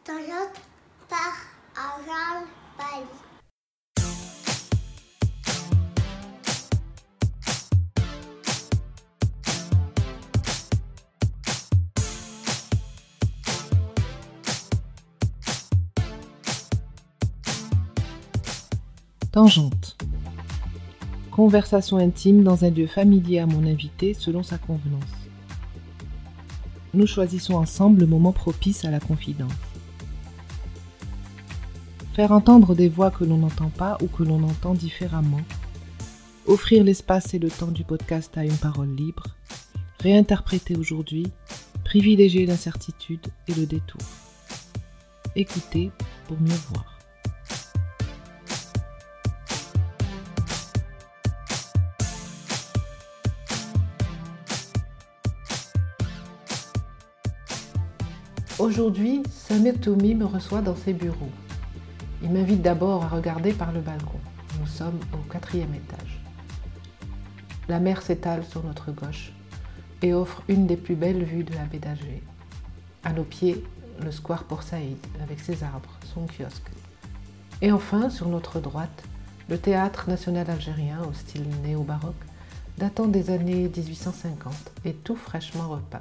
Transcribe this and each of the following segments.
Tangente par Arjan Bali. Tangente. Conversation intime dans un lieu familier à mon invité selon sa convenance. Nous choisissons ensemble le moment propice à la confidence. Faire entendre des voix que l'on n'entend pas ou que l'on entend différemment. Offrir l'espace et le temps du podcast à une parole libre. Réinterpréter aujourd'hui. Privilégier l'incertitude et le détour. Écouter pour mieux voir. Aujourd'hui, Samir Toumi me reçoit dans ses bureaux. Il m'invite d'abord à regarder par le balcon. Nous sommes au 4e étage. La mer s'étale sur notre gauche et offre une des plus belles vues de la baie d'Alger. À nos pieds, le square Port Saïd avec ses arbres, son kiosque. Et enfin, sur notre droite, le théâtre national algérien au style néo-baroque, datant des années 1850 et tout fraîchement repeint.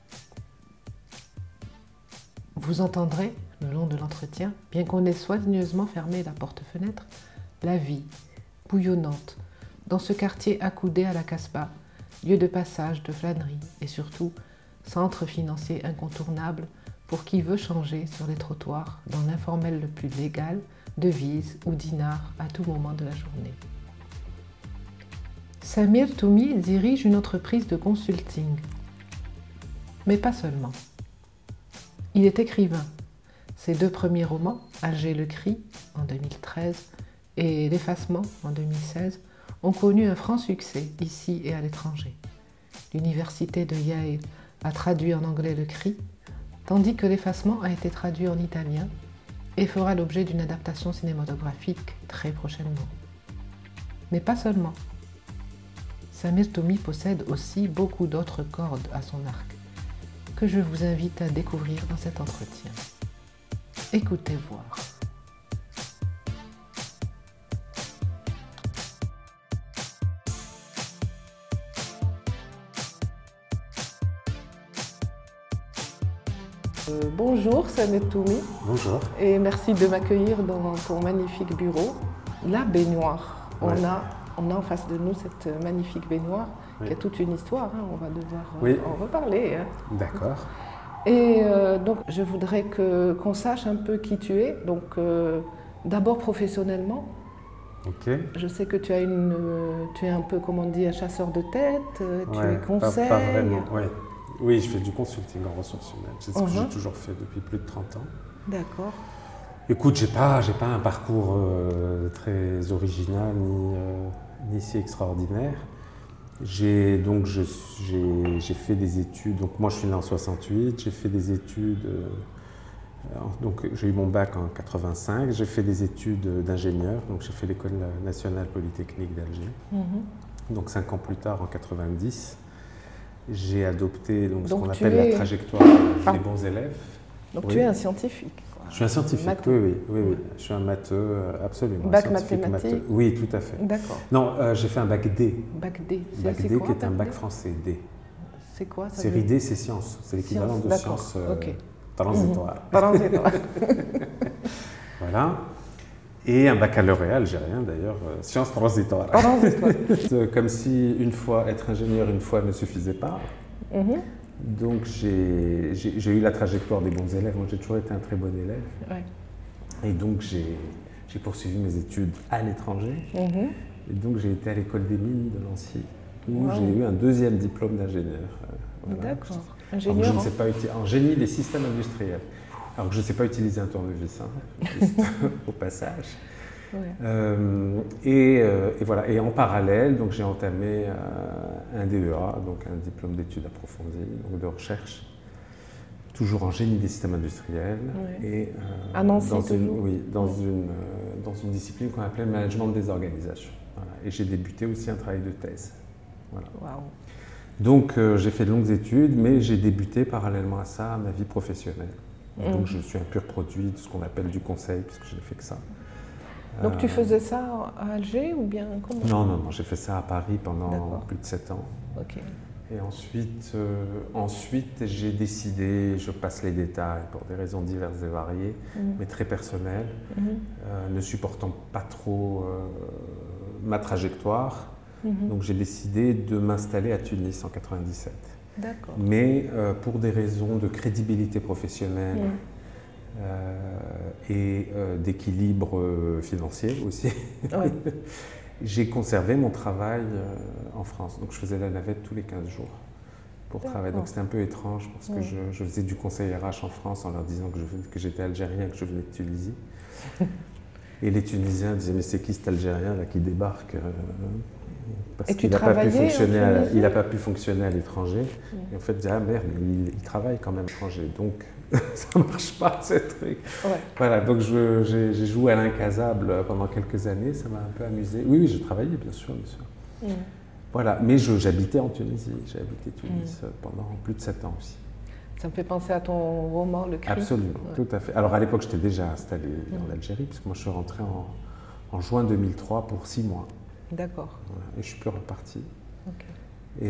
Vous entendrez, le long de l'entretien, bien qu'on ait soigneusement fermé la porte-fenêtre, la vie, bouillonnante, dans ce quartier accoudé à la Casbah, lieu de passage, de flânerie et surtout centre financier incontournable pour qui veut changer sur les trottoirs dans l'informel le plus légal, devise ou dinar à tout moment de la journée. Samir Toumi dirige une entreprise de consulting, mais pas seulement. Il est écrivain. Ses 2 premiers romans, Alger le cri en 2013 et L'effacement en 2016, ont connu un franc succès ici et à l'étranger. L'université de Yale a traduit en anglais Le cri, tandis que L'effacement a été traduit en italien et fera l'objet d'une adaptation cinématographique très prochainement. Mais pas seulement. Samir Toumi possède aussi beaucoup d'autres cordes à son arc, que je vous invite à découvrir dans cet entretien. Écoutez voir. Bonjour Samir Toumi. Bonjour. Et merci de m'accueillir dans ton magnifique bureau. La baignoire. Ouais. On a en face de nous cette magnifique baignoire qui a toute une histoire. On va devoir en reparler. D'accord. Et donc, je voudrais qu'on sache un peu qui tu es. Donc, d'abord professionnellement. Ok. Je sais que tu es un peu, comme on dit, un chasseur de tête. Tu es conseil. Pas vraiment. Ouais. Oui, je fais du consulting en ressources humaines. C'est ce que j'ai toujours fait depuis plus de 30 ans. D'accord. Écoute, j'ai pas un parcours très original ni si extraordinaire. J'ai fait des études. Donc moi, je suis né en 68. J'ai fait des études. Donc j'ai eu mon bac en 85. J'ai fait des études d'ingénieur. Donc j'ai fait l'École nationale polytechnique d'Alger. Donc 5 ans plus tard, en 90, j'ai adopté ce qu'on appelle la trajectoire des bons élèves. Donc tu es un scientifique. Je suis un scientifique, oui. Je suis un matheux, absolument. Bac mathématique. Oui, tout à fait. D'accord. Non, j'ai fait un bac D. Bac D, Bac D, qui est un bac français D. C'est quoi ça? Série D, c'est sciences. C'est l'équivalent de sciences transitoires. Voilà. Et un baccalauréat algérien, d'ailleurs, sciences transitoires. Comme si une fois être ingénieur, une fois ne suffisait pas. Donc j'ai eu la trajectoire des bons élèves. Moi, j'ai toujours été un très bon élève. Ouais. Et donc j'ai poursuivi mes études à l'étranger. Et donc j'ai été à l'école des mines de Nancy, où j'ai eu un 2e diplôme d'ingénieur. D'accord. Ingénieur. Je ne sais pas en génie des systèmes industriels. Alors que je ne sais pas utiliser un tournevis, juste au passage. Ouais. Et voilà. Et en parallèle, donc j'ai entamé un DEA, donc un diplôme d'études approfondies, donc de recherche, toujours en génie des systèmes industriels. Ouais. Et à Nancy, dans une discipline qu'on appelait management des organisations. Voilà. Et j'ai débuté aussi un travail de thèse. Voilà. Wow. Donc j'ai fait de longues études, mais j'ai débuté parallèlement à ça ma vie professionnelle. Donc je suis un pur produit de ce qu'on appelle du conseil, puisque je n'ai fait que ça. Donc tu faisais ça à Alger ou bien comment? Non, j'ai fait ça à Paris pendant plus de 7 ans. Ok. Et ensuite j'ai décidé, je passe les détails pour des raisons diverses et variées, mais très personnelles, ne supportant pas trop ma trajectoire. Donc j'ai décidé de m'installer à Tunis en 97. D'accord. Mais pour des raisons de crédibilité professionnelle et d'équilibre financier aussi, j'ai conservé mon travail en France. Donc je faisais la navette tous les 15 jours pour travailler. Donc c'était un peu étrange parce que je faisais du conseil RH en France en leur disant que j'étais algérien et que je venais de Tunisie. Et les Tunisiens disaient mais c'est qui cet Algérien là qui débarque parce qu'il n'a pas pu fonctionner à l'étranger. Et en fait, ils disaient, ah merde, il travaille quand même à l'étranger. Donc, ça ne marche pas, ce truc. Ouais. Voilà, donc j'ai joué à l'incasable pendant quelques années. Ça m'a un peu amusé. Oui, j'ai travaillé, bien sûr. Voilà, mais j'habitais en Tunisie. J'ai habité Tunis pendant plus de 7 ans aussi. Ça me fait penser à ton roman, Le Cri. Absolument, tout à fait. Alors, à l'époque, j'étais déjà installé en Algérie, puisque moi, je suis rentré en juin 2003 pour 6 mois. D'accord. Voilà, et je suis plus reparti. Okay.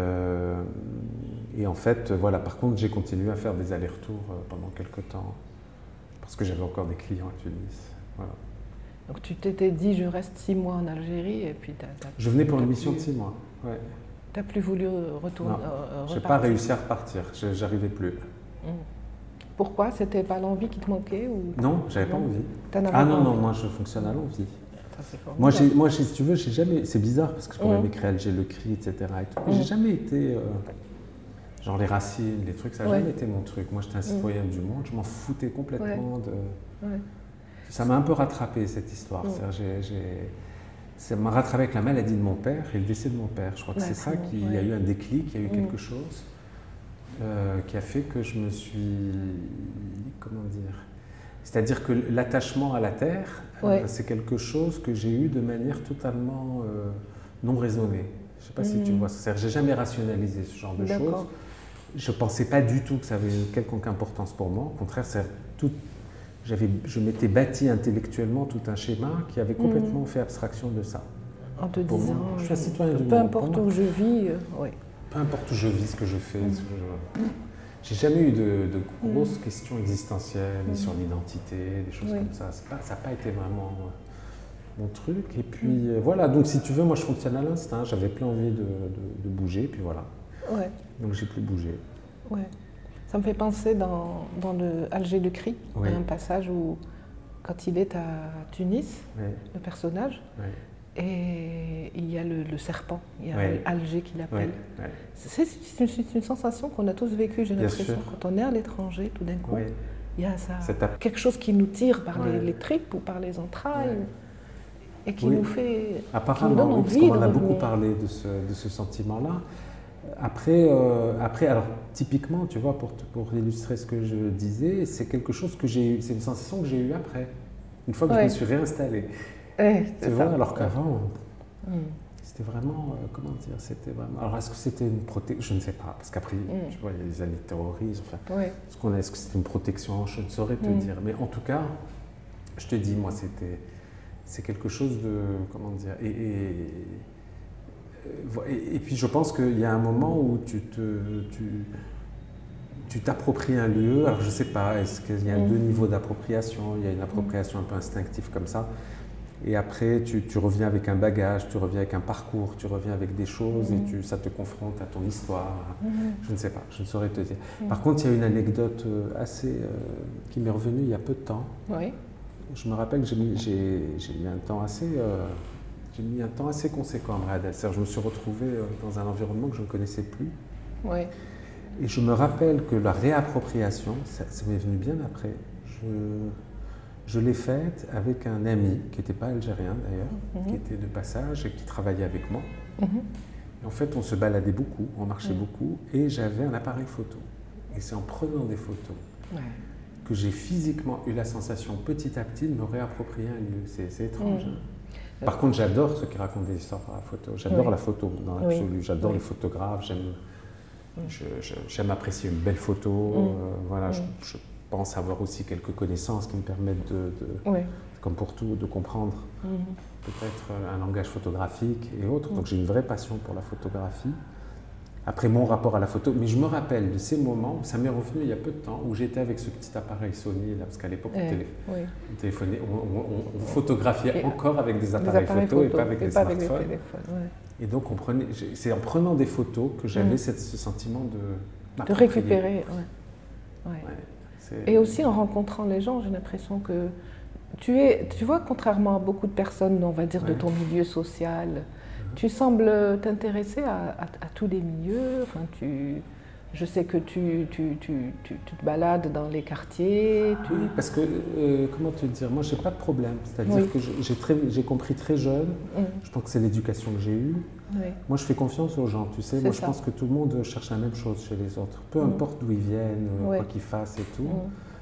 Et en fait, voilà, par contre, j'ai continué à faire des allers-retours pendant quelques temps, parce que j'avais encore des clients à Tunis. Voilà. Donc tu t'étais dit, je reste 6 mois en Algérie, et puis je venais pour une mission de 6 mois, ouais. Tu n'as plus voulu retourner? Non, je n'ai pas réussi à repartir, j'arrivais plus. Pourquoi? C'était pas l'envie qui te manquait ou... Non, j'avais pas envie. Non, moi je fonctionne à l'envie. Moi, si tu veux, j'ai jamais. C'est bizarre parce que j'ai quand même écrit Alger le Cri, etc. J'ai jamais été. Genre les racines, les trucs, ça n'a jamais été mon truc. Moi, j'étais un citoyen du monde, je m'en foutais complètement de. Ça m'a un peu rattrapé cette histoire. Ça m'a rattrapé avec la maladie de mon père et le décès de mon père. Je crois que c'est ça il y a eu un déclic, il y a eu quelque chose qui a fait que je me suis. Comment dire? C'est-à-dire que l'attachement à la terre, c'est quelque chose que j'ai eu de manière totalement non raisonnée. Je ne sais pas si tu vois. C'est-à-dire que je n'ai jamais rationalisé ce genre de choses. Je ne pensais pas du tout que ça avait une quelconque importance pour moi. Au contraire, je m'étais bâti intellectuellement tout un schéma qui avait complètement fait abstraction de ça. En te disant, je suis un citoyen du monde. Peu importe où je vis, peu importe où je vis, ce que je fais. J'ai jamais eu de grosses questions existentielles, ni sur l'identité, des choses comme ça. Ça n'a pas été vraiment mon truc. Et puis voilà, donc si tu veux, moi je fonctionne à l'instinct. J'avais plein envie de bouger, puis voilà. Donc j'ai plus bougé. Ça me fait penser dans le Alger le Cri, un passage où, quand il est à Tunis, le personnage, et il y a le serpent, il y a Alger qui l'appelle. C'est une sensation qu'on a tous vécue, j'ai l'impression. Quand on est à l'étranger, tout d'un coup, il y a ça, quelque chose qui nous tire par les tripes ou par les entrailles et qui nous fait. Apparemment, qui nous donne envie parce qu'on de a beaucoup revenir. parlé de ce sentiment-là. Après, alors typiquement, tu vois, pour illustrer ce que je disais, c'est quelque chose que j'ai eu, c'est une sensation que j'ai eue après, une fois que je me suis réinstallé. Tu vois, alors qu'avant, c'était vraiment, comment dire, c'était vraiment. Alors est-ce que c'était une protection? Je ne sais pas, parce qu'après, tu vois, il y a les années de terrorisme. Enfin, est-ce que c'était une protection? Je ne saurais te dire. Mais en tout cas, je te dis, moi, c'est quelque chose de, comment dire, et puis je pense qu'il y a un moment où tu t'appropries un lieu. Alors je ne sais pas, est-ce qu'il y a 2 niveaux d'appropriation? Il y a une appropriation un peu instinctive comme ça. Et après, tu reviens avec un bagage, tu reviens avec un parcours, tu reviens avec des choses et ça te confronte à ton histoire. Je ne sais pas, je ne saurais te dire. Par contre, il y a une anecdote qui m'est revenue il y a peu de temps. Je me rappelle que j'ai mis un temps assez conséquent à Mradel. C'est-à-dire, je me suis retrouvé dans un environnement que je ne connaissais plus. Et je me rappelle que la réappropriation, ça m'est venu bien après. Je l'ai faite avec un ami qui n'était pas algérien d'ailleurs, qui était de passage et qui travaillait avec moi. Et en fait, on se baladait beaucoup, on marchait beaucoup, et j'avais un appareil photo. Et c'est en prenant des photos que j'ai physiquement eu la sensation petit à petit de me réapproprier un lieu. C'est étrange. Par contre, j'adore ceux qui racontent des histoires par la photo. J'adore la photo dans l'absolu. J'adore les photographes. J'aime apprécier une belle photo. Voilà, pense avoir aussi quelques connaissances qui me permettent comme pour tout, de comprendre peut-être un langage photographique et autres. Donc j'ai une vraie passion pour la photographie. Après mon rapport à la photo, mais je me rappelle de ces moments, ça m'est revenu il y a peu de temps, où j'étais avec ce petit appareil Sony, là, parce qu'à l'époque on téléphonait, on photographiait encore avec des appareils photo et pas avec des smartphones. Et donc c'est en prenant des photos que j'avais ce sentiment de récupérer. Et aussi en rencontrant les gens, j'ai l'impression que tu vois, contrairement à beaucoup de personnes, on va dire, de ton milieu social, tu sembles t'intéresser à tous les milieux. Enfin, je sais que tu te balades dans les quartiers. Oui, parce que, comment te dire, moi, je n'ai pas de problème. C'est-à-dire que j'ai compris très jeune, je pense que c'est l'éducation que j'ai eue. Moi, je fais confiance aux gens, tu sais. Moi, je pense que tout le monde cherche la même chose chez les autres. Peu importe d'où ils viennent, quoi qu'ils fassent et tout.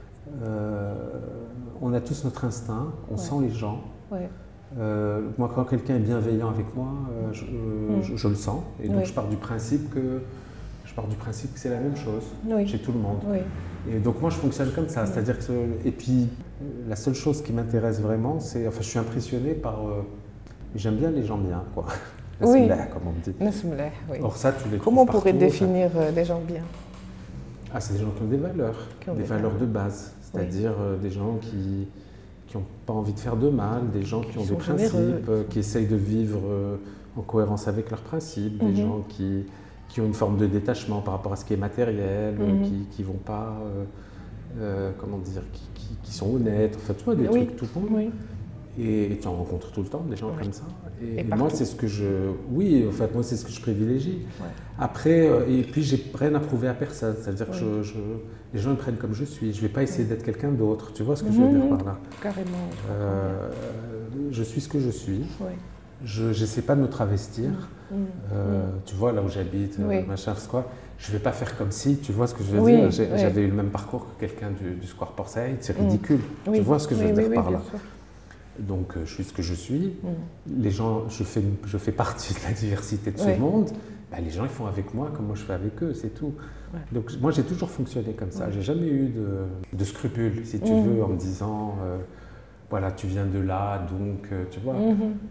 On a tous notre instinct, on sent les gens. Moi, quand quelqu'un est bienveillant avec moi, je le sens. Et donc, je pars du principe que c'est la même chose chez tout le monde. Et donc, moi, je fonctionne comme ça. C'est-à-dire que, et puis, la seule chose qui m'intéresse vraiment, c'est, enfin, je suis impressionné par, j'aime bien les gens bien, quoi. Nasmullah, comme on dit. Nasmullah, oui. Or ça, tu les trouves Comment on pourrait partout, définir les gens bien? Ah, c'est des gens qui ont des valeurs, des valeurs de base. C'est-à-dire des gens qui n'ont pas envie de faire de mal, des gens qui ont des principes, qui essayent de vivre en cohérence avec leurs principes, des gens qui ont une forme de détachement par rapport à ce qui est matériel, qui ne vont pas, comment dire, qui sont honnêtes, enfin, tu vois, des trucs tout le monde. Et tu en rencontres tout le temps, des gens comme ça. Et moi, c'est ce que moi, c'est ce que je privilégie. Après, et puis, j'ai rien à prouver à personne. C'est-à-dire que les gens me prennent comme je suis. Je ne vais pas essayer d'être quelqu'un d'autre. Tu vois ce que je veux dire par là? Carrément. Je suis ce que je suis. Je n'essaie pas de me travestir. Tu vois, là où j'habite, machin, quoi. Je ne vais pas faire comme si, tu vois ce que je veux dire? J'avais eu le même parcours que quelqu'un du Square Portail. C'est ridicule. Tu vois ce que je veux dire par là? Donc, je suis ce que je suis. Les gens, je fais partie de la diversité de ce monde. Bah, les gens, ils font avec moi comme moi je fais avec eux, c'est tout. Donc, moi, j'ai toujours fonctionné comme ça. J'ai jamais eu de scrupules, si tu veux, en me disant, voilà, tu viens de là, donc, tu vois.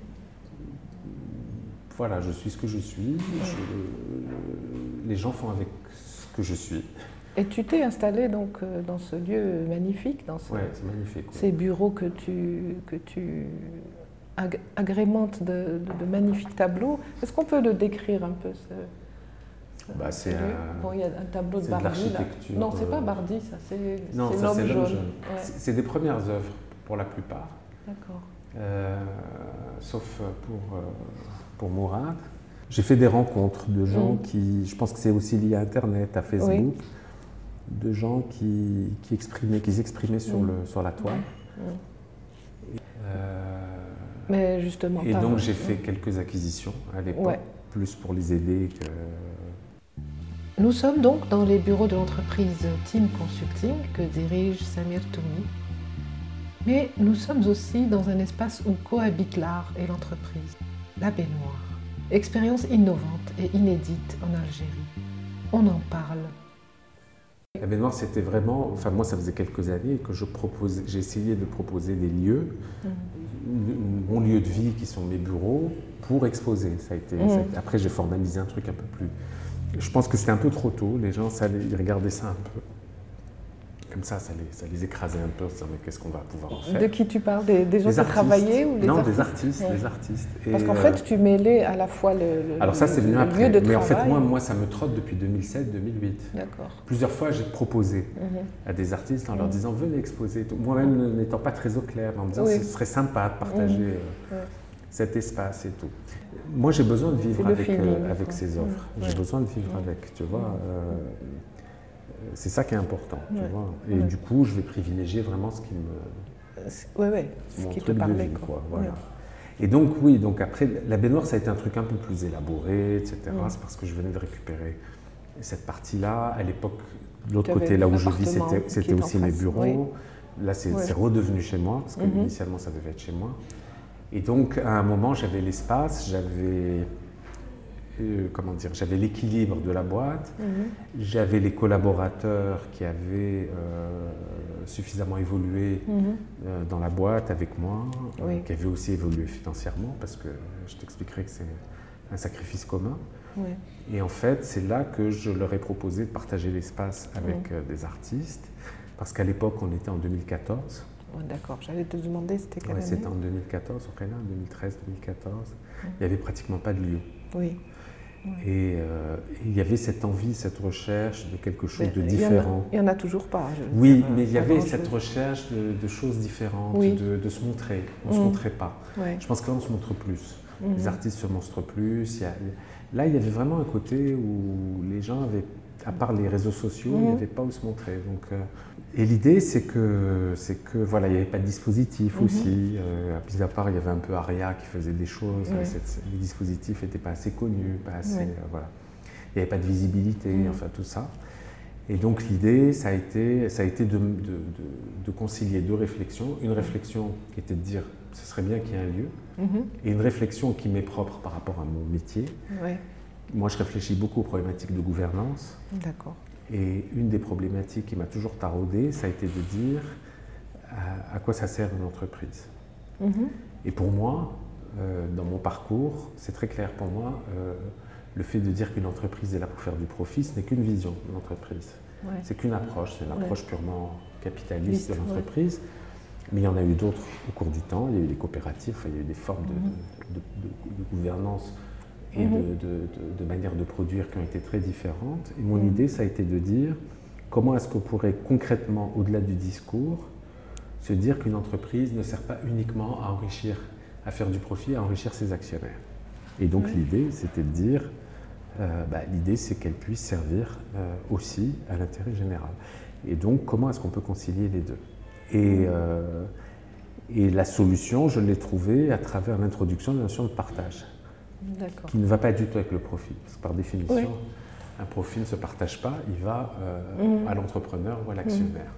Voilà, je suis ce que je suis. Les gens font avec ce que je suis. Et tu t'es installé donc dans ce lieu magnifique, dans c'est magnifique, ces bureaux que tu agrémentes de magnifiques tableaux. Est-ce qu'on peut le décrire un peu c'est bon, il y a un tableau de Bardi là. Non, c'est pas Bardi, ça, c'est l'homme jaune. C'est des premières œuvres pour la plupart. D'accord. Sauf pour Mourad. J'ai fait des rencontres de gens qui, je pense que c'est aussi lié à Internet, à Facebook. De gens qui s'exprimaient sur la toile. Mais justement. Et donc j'ai fait quelques acquisitions à l'époque, plus pour les aider que. Nous sommes donc dans les bureaux de l'entreprise Team Consulting que dirige Samir Toumi. Mais nous sommes aussi dans un espace où cohabitent l'art et l'entreprise, la baignoire. Expérience innovante et inédite en Algérie. On en parle. La baignoire, c'était vraiment, enfin moi ça faisait quelques années que j'ai essayé de proposer des lieux, mon lieu de vie qui sont mes bureaux, pour exposer. Après j'ai formalisé un truc un peu plus. Je pense que c'était un peu trop tôt, les gens ils regardaient ça un peu. Comme ça les écrasait un peu, en se disant mais qu'est-ce qu'on va pouvoir en faire? De qui tu parles? Des gens qui travaillaient ou des artistes? Non, des artistes. Parce qu'en fait, tu mêlais à la fois Alors ça, c'est venu après. lieu de travail. Mais en fait, moi, ça me trotte depuis 2007-2008. D'accord. Plusieurs fois, j'ai proposé à des artistes en leur disant venez exposer. Moi-même n'étant pas très au clair, en me disant ce serait sympa de partager cet espace et tout. Moi, j'ai besoin de vivre avec ces offres. J'ai besoin de vivre avec, tu vois. C'est ça qui est important, tu vois. Et du coup, je vais privilégier vraiment ce qui me... ce qui te parlait, quoi. Voilà. Et donc, donc après, la baignoire, ça a été un truc un peu plus élaboré, etc. C'est parce que je venais de récupérer cette partie-là. À l'époque, de l'autre côté, là où je vis, c'était aussi mes bureaux. Là, c'est redevenu chez moi, parce que initialement, ça devait être chez moi. Et donc, à un moment, j'avais l'espace, j'avais l'équilibre de la boîte, j'avais les collaborateurs qui avaient suffisamment évolué dans la boîte avec moi, qui avaient aussi évolué financièrement, parce que je t'expliquerai que c'est un sacrifice commun. Oui. Et en fait, c'est là que je leur ai proposé de partager l'espace avec des artistes, parce qu'à l'époque, on était en 2014. Oh, d'accord, j'allais te demander, c'était quelle année ? C'était en 2014, on est là, 2013-2014. Il n'y avait pratiquement pas de lieu. Oui. Et il y avait cette envie, cette recherche de quelque chose de différent. Il n'y en a toujours pas. Oui, mais il y avait cette recherche de choses différentes, de se montrer. On ne se montrait pas. Ouais. Je pense que là, on se montre plus. Les artistes se montrent plus. Là, il y avait vraiment un côté où les gens avaient, à part les réseaux sociaux, il n'y avait pas où se montrer. Donc, et l'idée, c'est que voilà, il n'y avait pas de dispositif aussi. Mis à part, il y avait un peu Aria qui faisait des choses. Les dispositifs n'étaient pas assez connus, pas assez. Voilà. Il n'y avait pas de visibilité, enfin tout ça. Et donc l'idée, ça a été de concilier deux réflexions. Une réflexion qui était de dire, ce serait bien qu'il y ait un lieu, et une réflexion qui m'est propre par rapport à mon métier. Ouais. Moi, je réfléchis beaucoup aux problématiques de gouvernance. D'accord. Et une des problématiques qui m'a toujours taraudé, ça a été de dire à quoi ça sert une entreprise. Et pour moi, dans mon parcours, c'est très clair pour moi, le fait de dire qu'une entreprise est là pour faire du profit, ce n'est qu'une vision de l'entreprise. Ouais. C'est qu'une approche, c'est une approche purement capitaliste de l'entreprise. Mais il y en a eu d'autres au cours du temps. Il y a eu des coopératives, il y a eu des formes de gouvernance et de manière de produire qui ont été très différentes. Et mon idée, ça a été de dire comment est-ce qu'on pourrait concrètement, au-delà du discours, se dire qu'une entreprise ne sert pas uniquement à enrichir, à faire du profit, à enrichir ses actionnaires. Et donc l'idée, c'était de dire, l'idée c'est qu'elle puisse servir aussi à l'intérêt général. Et donc comment est-ce qu'on peut concilier les deux ? Et la solution, je l'ai trouvée à travers l'introduction de la notion de partage, qui ne va pas du tout avec le profit. Parce que par définition, un profit ne se partage pas, il va à l'entrepreneur ou à l'actionnaire.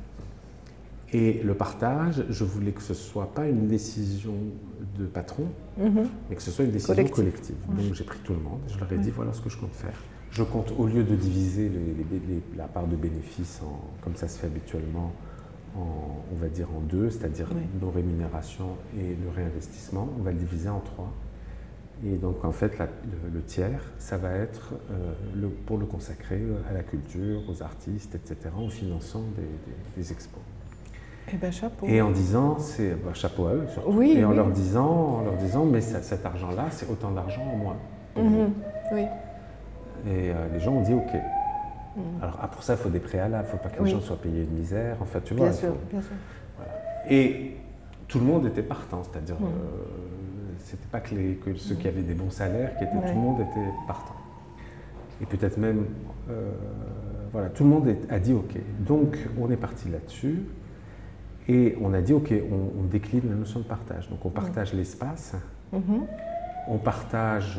Et le partage, je voulais que ce ne soit pas une décision de patron, mais que ce soit une décision collective. Donc j'ai pris tout le monde, je leur ai dit voilà ce que je compte faire. Je compte, au lieu de diviser la part de bénéfices, comme ça se fait habituellement, on va dire en deux, c'est-à-dire nos rémunérations et le réinvestissement, on va le diviser en trois. Et donc en fait, le tiers, ça va être pour le consacrer à la culture, aux artistes, etc., en finançant des expos. Eh ben, chapeau. Et en disant, chapeau à eux surtout, en leur disant, mais cet argent-là, c'est autant d'argent en moins. Oui. Et les gens ont dit OK. Alors pour ça, il faut des préalables, il ne faut pas que les gens soient payés de misère. En fait, tu vois. Bien sûr. Voilà. Et tout le monde était partant, c'est-à-dire, c'était pas que ceux qui avaient des bons salaires, tout le monde était partant. Et peut-être même, tout le monde a dit OK. Donc on est parti là-dessus. Et on a dit, OK, on décline la notion de partage. Donc on partage l'espace, on partage,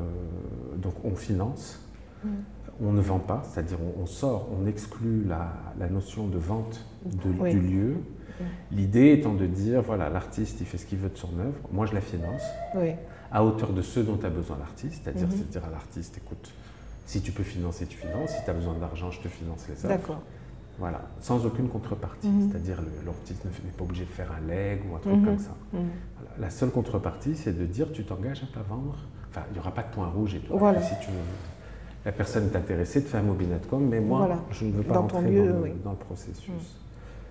donc on finance, on ne vend pas, c'est-à-dire on exclut la notion de vente du lieu. L'idée étant de dire, voilà, l'artiste, il fait ce qu'il veut de son œuvre, moi je la finance, à hauteur de ce dont a besoin l'artiste, c'est-à-dire c'est de dire à l'artiste, écoute, si tu peux financer, tu finances, si tu as besoin d'argent, je te finance les œuvres. D'accord. Voilà, sans aucune contrepartie, c'est-à-dire l'artiste n'est pas obligé de faire un leg ou un truc comme ça. Voilà. La seule contrepartie, c'est de dire tu t'engages à ne pas vendre, enfin il n'y aura pas de point rouge et tout. Voilà. Si la personne est intéressée de faire un Mobinatcom, mais moi je ne veux pas rentrer dans le processus.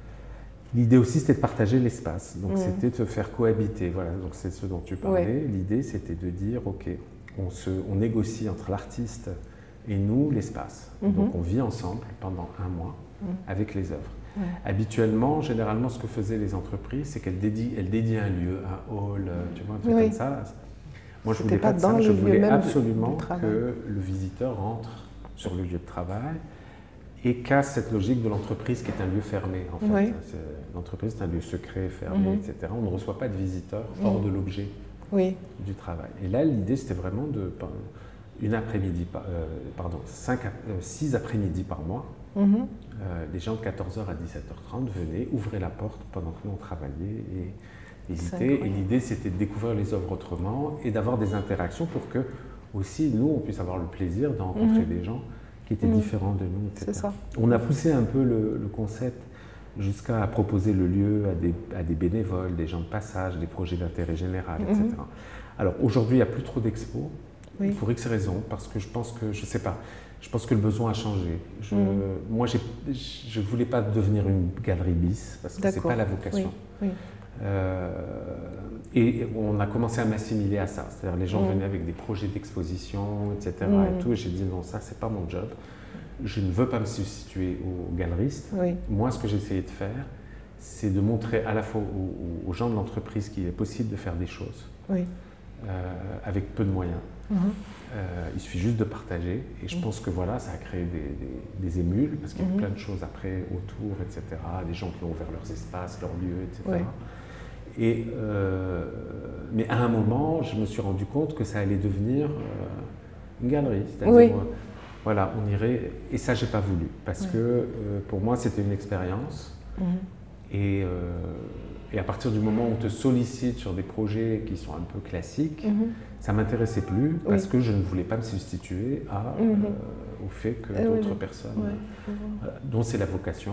L'idée aussi c'était de partager l'espace, donc c'était de faire cohabiter, voilà, donc c'est ce dont tu parlais. L'idée c'était de dire ok, on négocie entre l'artiste et nous l'espace, donc on vit ensemble pendant un mois. Avec les œuvres. Habituellement, généralement, ce que faisaient les entreprises, c'est qu'elles dédient un lieu, un hall, tu vois, un truc comme ça. Moi, je ne voulais pas de ça, je voulais absolument que le visiteur rentre sur le lieu de travail et casse cette logique de l'entreprise qui est un lieu fermé, en fait. L'entreprise est un lieu secret, fermé, etc. On ne reçoit pas de visiteurs hors de l'objet du travail. Et là, l'idée, c'était vraiment une après-midi, 6 après-midi par mois. Les gens de 14h à 17h30 venaient, ouvraient la porte pendant que nous on travaillait et visitaient. Et l'idée c'était de découvrir les œuvres autrement et d'avoir des interactions pour que aussi, nous, on puisse avoir le plaisir de rencontrer des gens qui étaient différents de nous, etc. C'est ça. On a poussé un peu le concept jusqu'à proposer le lieu à des bénévoles, des gens de passage, des projets d'intérêt général, etc. Alors aujourd'hui, il n'y a plus trop d'expos, pour X raisons, parce que je pense que, je ne sais pas, je pense que le besoin a changé. Moi, je ne voulais pas devenir une galerie bis, parce que ce n'est pas la vocation. Et on a commencé à m'assimiler à ça. C'est-à-dire les gens venaient avec des projets d'exposition, etc. Et tout, et j'ai dit non, ça, c'est pas mon job. Je ne veux pas me substituer aux galeristes. Moi, ce que j'ai essayé de faire, c'est de montrer à la fois aux gens de l'entreprise qu'il est possible de faire des choses avec peu de moyens. Il suffit juste de partager. Et je pense que voilà, ça a créé des émules, parce qu'il y a eu plein de choses après, autour, etc. Des gens qui ont ouvert leurs espaces, leurs lieux, etc. Mais à un moment, je me suis rendu compte que ça allait devenir une galerie. C'est-à-dire, voilà, on irait, et ça, j'ai pas voulu, parce que pour moi, c'était une expérience. Et à partir du moment où on te sollicite sur des projets qui sont un peu classiques, ça m'intéressait plus, parce que je ne voulais pas me substituer au fait que d'autres personnes, dont c'est la vocation,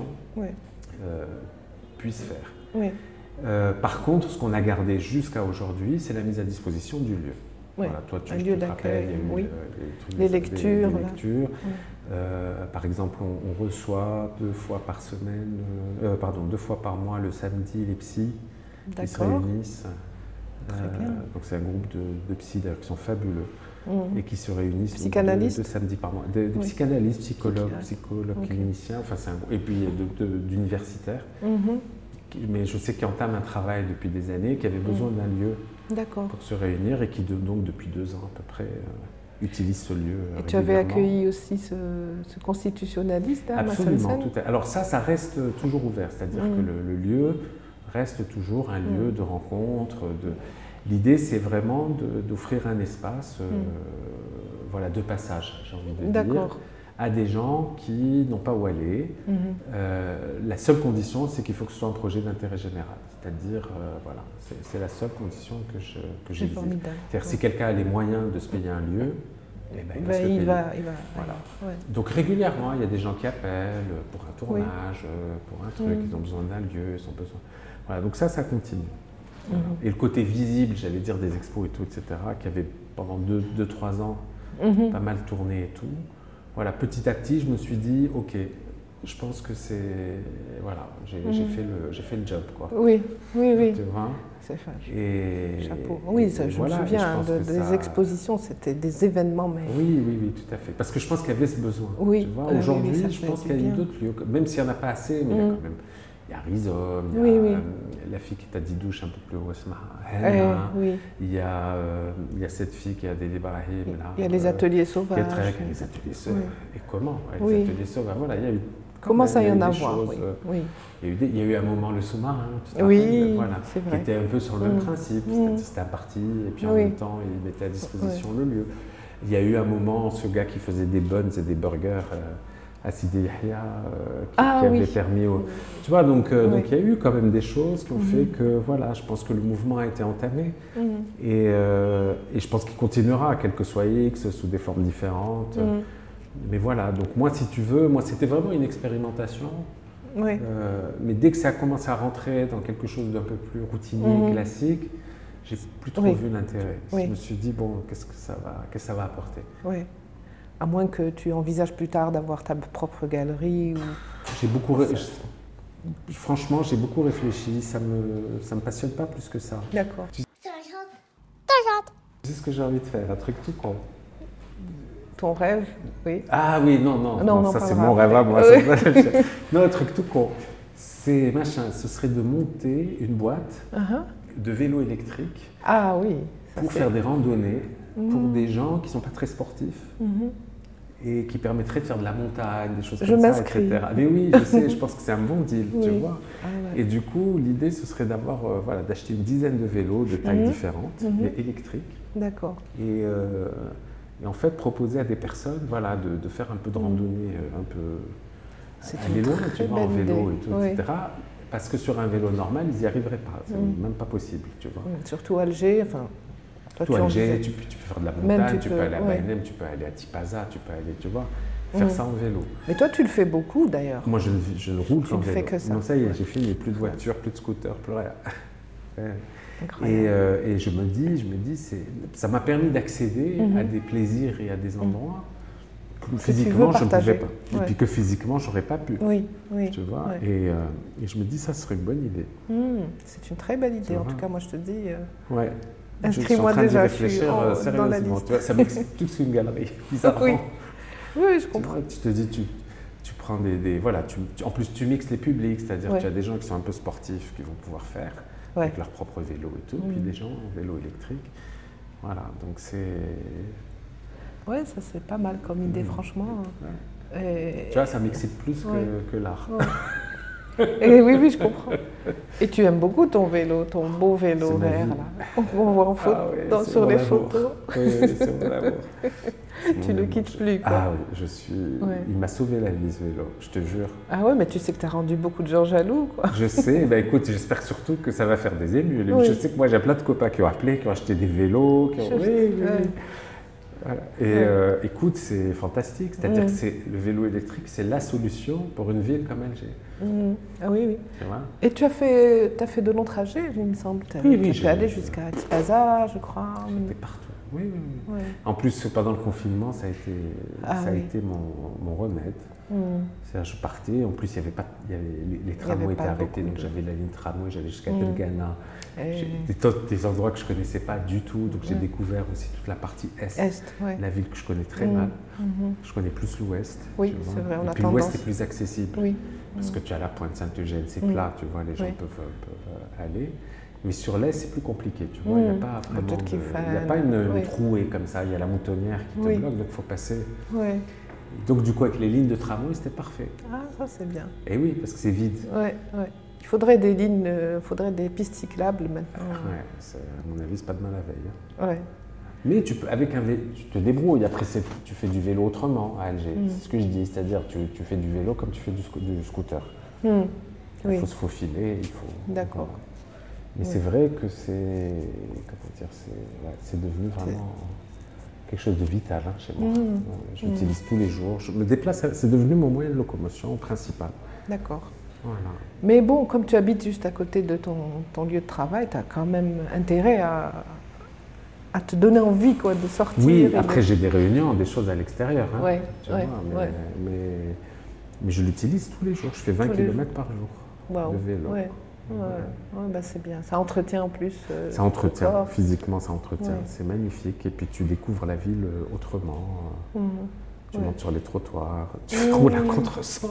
puissent faire. Par contre, ce qu'on a gardé jusqu'à aujourd'hui, c'est la mise à disposition du lieu. Voilà, toi, tu te rappelles, il y a eu les lectures. Des lectures. Par exemple, on reçoit 2 fois par semaine, 2 fois par mois le samedi les psys qui se réunissent. Donc c'est un groupe de psys qui sont fabuleux et qui se réunissent deux samedis par mois. Des psychanalystes, psychologues cliniciens, enfin, et puis d'universitaires. Mais je sais qu'ils entament un travail depuis des années, qui avait besoin d'un lieu pour se réunir et qui donc depuis 2 ans à peu près utilisent ce lieu. Et tu avais accueilli aussi ce constitutionnaliste à Absolument. Alors ça reste toujours ouvert, c'est-à-dire que le lieu reste toujours un lieu de rencontre. L'idée, c'est vraiment d'offrir un espace de passage, j'ai envie de dire, à des gens qui n'ont pas où aller. La seule condition, c'est qu'il faut que ce soit un projet d'intérêt général. C'est-à-dire, c'est la seule condition que j'ai visée. C'est-à-dire, si quelqu'un a les moyens de se payer un lieu, il va. Donc régulièrement, il y a des gens qui appellent pour un tournage, pour un truc, ils ont besoin d'un lieu, ils ont besoin. Voilà, donc ça continue. Et le côté visible, j'allais dire, des expos et tout, etc., qui avait pendant 2-3 ans pas mal tourné et tout. Voilà, petit à petit, je me suis dit, ok, je pense que c'est, j'ai fait le job, quoi. Oui. Tu vois ? C'est fort. Et chapeau. Oui, je me souviens des expositions, c'était des événements, mais. Oui, tout à fait. Parce que je pense qu'il y avait ce besoin. Oui. Tu vois, aujourd'hui, je pense qu'il y a eu d'autres lieux, même s'il n'y en a pas assez, mais il y a quand même. Il y a Rhizome, il y a la fille qui est à Didouche un peu plus haut, il y a cette fille qui a des Ibrahim. Il y a les ateliers sauvages. Il y a les ateliers sauvages. Et comment les ateliers sauvages, voilà, il y a eu. Comment ça y en avoir Il y a eu un moment le sous-marin, c'est vrai. qui était un peu sur le même principe. C'était un parti, et puis en même temps, il mettait à disposition le lieu. Il y a eu un moment, ce gars qui faisait des buns et des burgers. À Sidi Yahya, qui avait permis Tu vois, donc il y a eu quand même des choses qui ont fait que, je pense que le mouvement a été entamé. Et je pense qu'il continuera, quel que soit X, sous des formes différentes. Mais voilà, donc moi, si tu veux, c'était vraiment une expérimentation. Mais dès que ça a commencé à rentrer dans quelque chose d'un peu plus routinier, classique, j'ai plus trop vu l'intérêt. Je me suis dit, bon, qu'est-ce que ça va apporter ? À moins que tu envisages plus tard d'avoir ta propre galerie ou... Franchement, j'ai beaucoup réfléchi. Ça me passionne pas plus que ça. D'accord. Tu sais ce que j'ai envie de faire, un truc tout con. Ton rêve, oui. Ah oui, non, ça c'est mon rêve à moi. Non, un truc tout con. Ce serait de monter une boîte de vélos électriques. Ah oui. Pour faire des randonnées pour des gens qui ne sont pas très sportifs et qui permettraient de faire de la montagne, des choses comme ça, etc. Mais oui, je sais, je pense que c'est un bon deal, tu vois. Et du coup, l'idée, ce serait d'acheter une dizaine de vélos de tailles différentes, mais électriques. D'accord. Et en fait, proposer à des personnes de faire un peu de randonnée, un peu aller loin, tu vois, en vélo et tout, etc. Parce que sur un vélo normal, ils n'y arriveraient pas. C'est même pas possible, tu vois. Surtout Alger, Toi, Toi, tu en Alger, disais. tu peux faire de la Même montagne, tu tu peux peux, aller à ouais. Baïnem, tu peux aller à Tipaza, tu peux aller, tu vois, faire Mm. ça en vélo. Mais toi, tu le fais beaucoup d'ailleurs. Moi, je ne roule Tu qu'en ne fais vélo. que ça. Non, ça y est, Ouais. j'ai fini, plus de voiture, plus de scooter, plus rien. Ouais. Incroyable. Et je me dis, ça m'a permis d'accéder Mhm. à des plaisirs et à des endroits que tu physiquement veux je ne partager. pouvais pas. Et Ouais. puis que physiquement, j'aurais pas pu. Oui, oui. Tu vois, Ouais. et je me dis, ça serait une bonne idée. C'est une très belle idée. C'est En vrai. tout cas, moi, je te dis. Ouais. Inscris-moi je suis en train déjà, d'y je suis réfléchir dans la sérieusement. liste. Tu vois, ça m'excite tout une galerie, bizarrement. Oui. Oui, je Tu comprends. vois, tu te dis, tu prends voilà, en plus tu mixes les publics, c'est-à-dire Ouais. tu as des gens qui sont un peu sportifs qui vont pouvoir faire Ouais. avec leur propre vélo et tout, puis des gens en vélo électrique. Voilà, donc c'est... Ouais, ça c'est pas mal comme idée, franchement. Et... Tu vois, ça m'excite plus Ouais. que l'art. Ouais. Et oui, oui, je comprends. Et tu aimes beaucoup ton vélo, ton beau vélo C'est ma vert, vie. là. On voit en photo, Ah ouais, c'est sur mon les amour. photos. Oui, c'est mon amour. C'est Tu mon ne amour. quittes plus, quoi. Ah oui, je suis... Ouais. Il m'a sauvé la vie, ce vélo, je te jure. Ah ouais, mais tu sais que tu as rendu beaucoup de gens jaloux, quoi. Je sais, écoute, j'espère surtout que ça va faire des émules. Oui. Je sais que moi j'ai plein de copains qui ont appelé, qui ont acheté des vélos, qui ont... Je- Oui, oui, oui. ouais. Voilà. Et Ouais. écoute, c'est fantastique. C'est-à-dire que le vélo électrique, c'est la solution pour une ville comme Alger. Ah oui, oui. Tu vois. Et tu as fait de longs trajets, il me semble. Tu Oui, oui, pu j'ai- aller jusqu'à Tipaza, je crois. J'étais partout. Oui, oui, oui. Ouais. En plus, pendant le confinement, ça a été, Ah ça a oui. été mon remède. C'est-à-dire, je partais, en plus, il y avait pas, il y avait, les avait tramways étaient pas arrêtés, beaucoup donc de- j'avais la ligne tramway, j'allais jusqu'à Belgana. Et- Des endroits que je ne connaissais pas du tout, donc j'ai découvert aussi toute la partie est. Est, ouais. La ville que je connais très mal. Je connais plus l'ouest. Oui, tu vois. c'est vrai, on Et a puis l'ouest tendance. est plus accessible. Oui. Parce que tu as la pointe Saint-Eugène, c'est plat, tu vois, les gens Oui. peuvent aller. Mais sur l'est, c'est plus compliqué, tu vois. Il n'y a pas vraiment Peut-être qu'il il n'y a pas une oui. trouée comme ça. Il y a la moutonnière qui te Oui. bloque, donc il faut passer. Ouais. Donc du coup, avec les lignes de tramway, c'était parfait. Ah, ça c'est bien. Et oui, parce que c'est vide. Ouais, ouais. Il faudrait des lignes, faudrait des pistes cyclables maintenant. Ouais, à mon avis, c'est pas demain la veille. Hein. Ouais. Mais tu peux, avec un vélo, tu te débrouilles. Après, tu fais du vélo autrement à Alger. C'est ce que je dis, c'est-à-dire tu fais du vélo comme tu fais du scooter. Il Oui. faut se faufiler, il faut. D'accord. voilà. Mais c'est vrai que c'est devenu vraiment quelque chose de vital hein, chez moi. Je l'utilise tous les jours. Je me déplace, c'est devenu mon moyen de locomotion principal. D'accord. Voilà. Mais bon, comme tu habites juste à côté de ton lieu de travail, tu as quand même intérêt à te donner envie quoi, de sortir. Oui, et après j'ai des réunions, des choses à l'extérieur. Hein, Ouais, tu ouais, vois, ouais. mais je l'utilise tous les jours. Je fais 20 Tous les km par jour Waouh. de vélo. Ouais. Ouais, bah c'est bien. Ça entretient en plus. Ça entretient, le corps. physiquement ça entretient, Ouais. c'est magnifique. Et puis tu découvres la ville autrement. Tu montes sur les trottoirs, tu roules à contresens.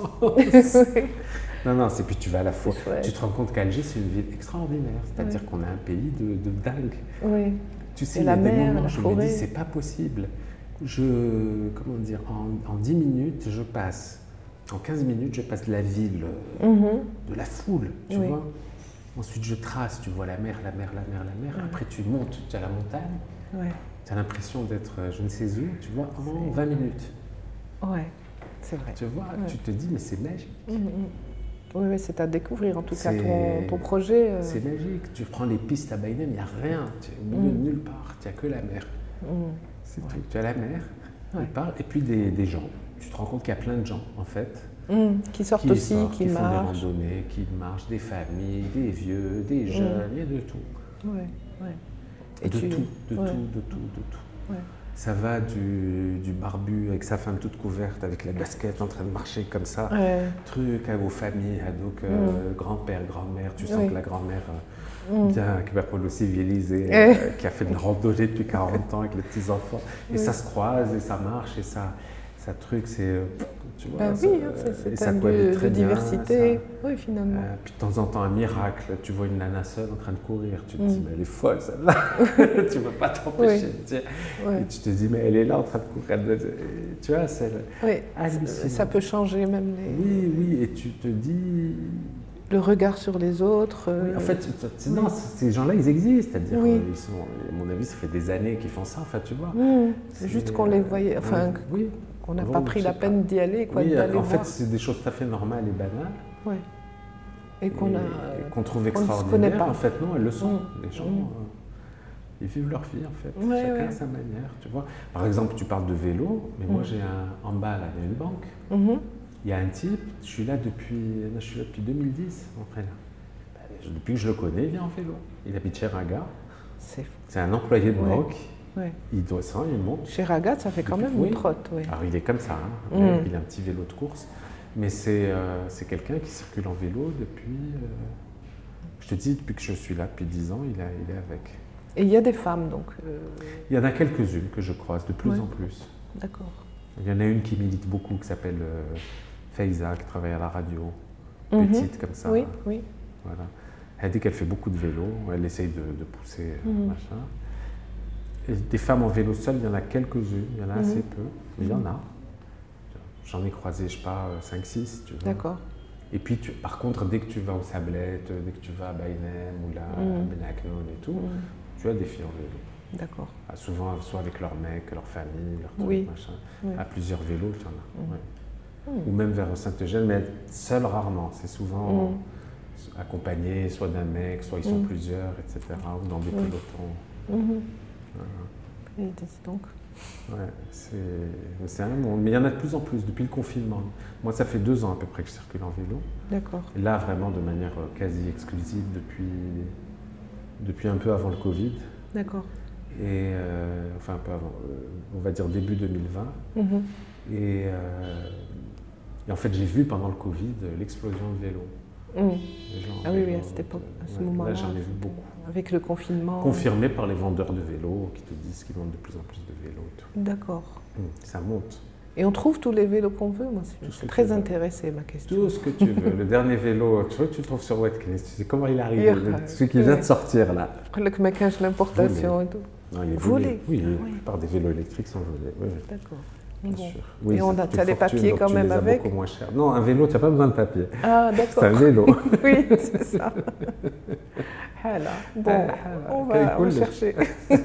Non, c'est puis tu vas à la fois. chouette. Tu te rends compte qu'Alger c'est une ville extraordinaire, c'est-à-dire qu'on a un pays de dingue. Oui. Tu sais, Et il y a la des mer, moments la je me forêt. dis c'est pas possible. Comment dire, en 10 minutes je passe. En 15 minutes, je passe de la ville, de la foule, tu Oui. vois. Ensuite, je trace, tu vois la mer. Après, tu montes, tu as la montagne. Ouais. Tu as l'impression d'être je ne sais où, tu vois, en 20 minutes. Ouais. C'est vrai. Tu vois, tu te dis, mais c'est magique. Oui, oui, c'est à découvrir en tout cas C'est- ton projet. C'est magique. Tu prends les pistes à Baïnem, il n'y a rien. Tu es au milieu de nulle part, tu n'as que la mer. C'est tout. Tu as la mer, nulle part, et puis des gens. Tu te rends compte qu'il y a plein de gens, en fait. Qui sortent qui aussi, sortent, qui font marchent. des randonnées, qui marchent, des familles, des vieux, des jeunes, il y a de tout. Ouais, ouais. De tout, de ouais. tout. Ouais. Ça va du barbu avec sa femme toute couverte, avec la basket en train de marcher comme ça. Ouais. Truc à vos familles, donc grand-père, grand-mère, tu sens Oui. que la grand-mère bien, qui va pour civilisée, qui a fait de la randonnée depuis 40 ans avec les petits-enfants. Et ça se croise et ça marche et ça truc, c'est. Tu vois, Ben ça- oui, et c'est ça un cohabite lieu très de bien, diversité. ça. Oui, finalement. Puis de temps en temps, un miracle, tu vois une nana seule en train de courir, tu te dis, mais elle est folle celle-là, tu ne peux pas t'empêcher. Ouais. Et tu te dis, mais elle est là en train de courir. Tu vois, c'est Oui, hallucinant. ça peut changer même Oui, et tu te dis. le regard sur les autres. Oui, en fait, non, ces gens-là, ils existent, c'est-à-dire, Oui. ils sont, à mon avis, ça fait des années qu'ils font ça, enfin, tu vois. C'est juste qu'on les voyait, enfin, oui. qu'on n'a Bon, pas pris je la sais peine d'y aller, quoi, Oui, d'aller en voir. fait, c'est des choses tout à fait normales et banales. Ouais. Et qu'on et a. qu'on trouve qu'on ne se extraordinaires. connaît pas. En fait, non, elles le sont. Les gens, ils vivent leur vie en fait, Ouais, chacun ouais. à sa manière, tu vois. Par exemple, tu parles de vélo, mais moi j'ai en bas là, il y a une banque, Mhm. il y a un type, je suis là depuis 2010, mon frère. Depuis que je le connais, il vient en vélo. Il habite chez Raga, C'est c'est un employé de Ouais. banque, ouais. il descend, il monte. Chez Ragat, ça fait quand même Oui. une trotte. Oui. Alors il est comme ça, hein. Il a un petit vélo de course, mais c'est quelqu'un qui circule en vélo depuis, je te dis, depuis que je suis là, depuis 10 ans, il est avec. Et il y a des femmes, donc. Il y en a quelques-unes que je croise, de plus Ouais. en plus. D'accord. Il y en a une qui milite beaucoup, qui s'appelle Faiza, qui travaille à la radio, Mhm. petite comme ça. Oui, oui. Voilà. Elle dit qu'elle fait beaucoup de vélo, elle essaye de pousser, machin. Et des femmes en vélo seul, il y en a quelques-unes, il y en a assez peu, mais il y en a. J'en ai croisé, je sais pas, 5-6, tu vois. D'accord. Et puis, par contre, dès que tu vas au Sablette, dès que tu vas à Baïnem ou là, à Benaknoun et tout, tu as des filles en vélo. D'accord. Ah, souvent, soit avec leur mec, leur famille, leur truc, Oui. machin. Oui. À plusieurs vélos, tu en as. Ouais. Ou même vers Saint-Eugène, mais seuls rarement. C'est souvent accompagné, soit d'un mec, soit ils sont plusieurs, etc. Ou dans des pelotons. Et dis donc. Ouais, c'est un monde. Mais il y en a de plus en plus depuis le confinement. Moi, ça fait 2 ans à peu près que je circule en vélo. D'accord. Et là, vraiment de manière quasi exclusive depuis un peu avant le Covid. D'accord. Et enfin, un peu avant, on va dire début 2020. Mhm. Et en fait, j'ai vu pendant le Covid l'explosion de vélos. Mhm. Les gens en Ah oui, oui, vélo, à cette époque, à ce ouais, moment-là. là, j'en ai vu beaucoup. Avec le confinement. Confirmé par les vendeurs de vélos qui te disent qu'ils vendent de plus en plus de vélos et tout. D'accord. Ça monte. Et on trouve tous les vélos qu'on veut. Moi, Tout je ce suis que très tu veux. intéressée, ma question. Tout ce que tu veux. Le dernier vélo, tu vois, tu le trouves sur Watkins. Tu sais comment il est arrivé. Hier, Celui qui vient de sortir là. Le maquillage, l'importation et tout. Non, il est Volé. Oui, Ah la oui. plupart des vélos électriques sont volés. Oui, oui, D'accord. bien Bon. sûr. Oui, Et ça on a, coûte tu as une les fortune, papiers donc quand tu même les as avec. beaucoup moins cher. Non, un vélo, tu n'as pas besoin de papier. Ah, C'est d'accord. un vélo. Oui, c'est ça. Voilà. Bon, on va Quel cool. chercher.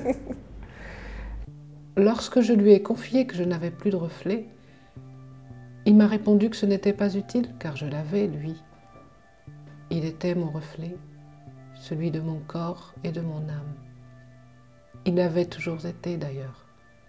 Lorsque je lui ai confié que je n'avais plus de reflet, il m'a répondu que ce n'était pas utile, car je l'avais, lui. Il était mon reflet, celui de mon corps et de mon âme. Il l'avait toujours été, d'ailleurs.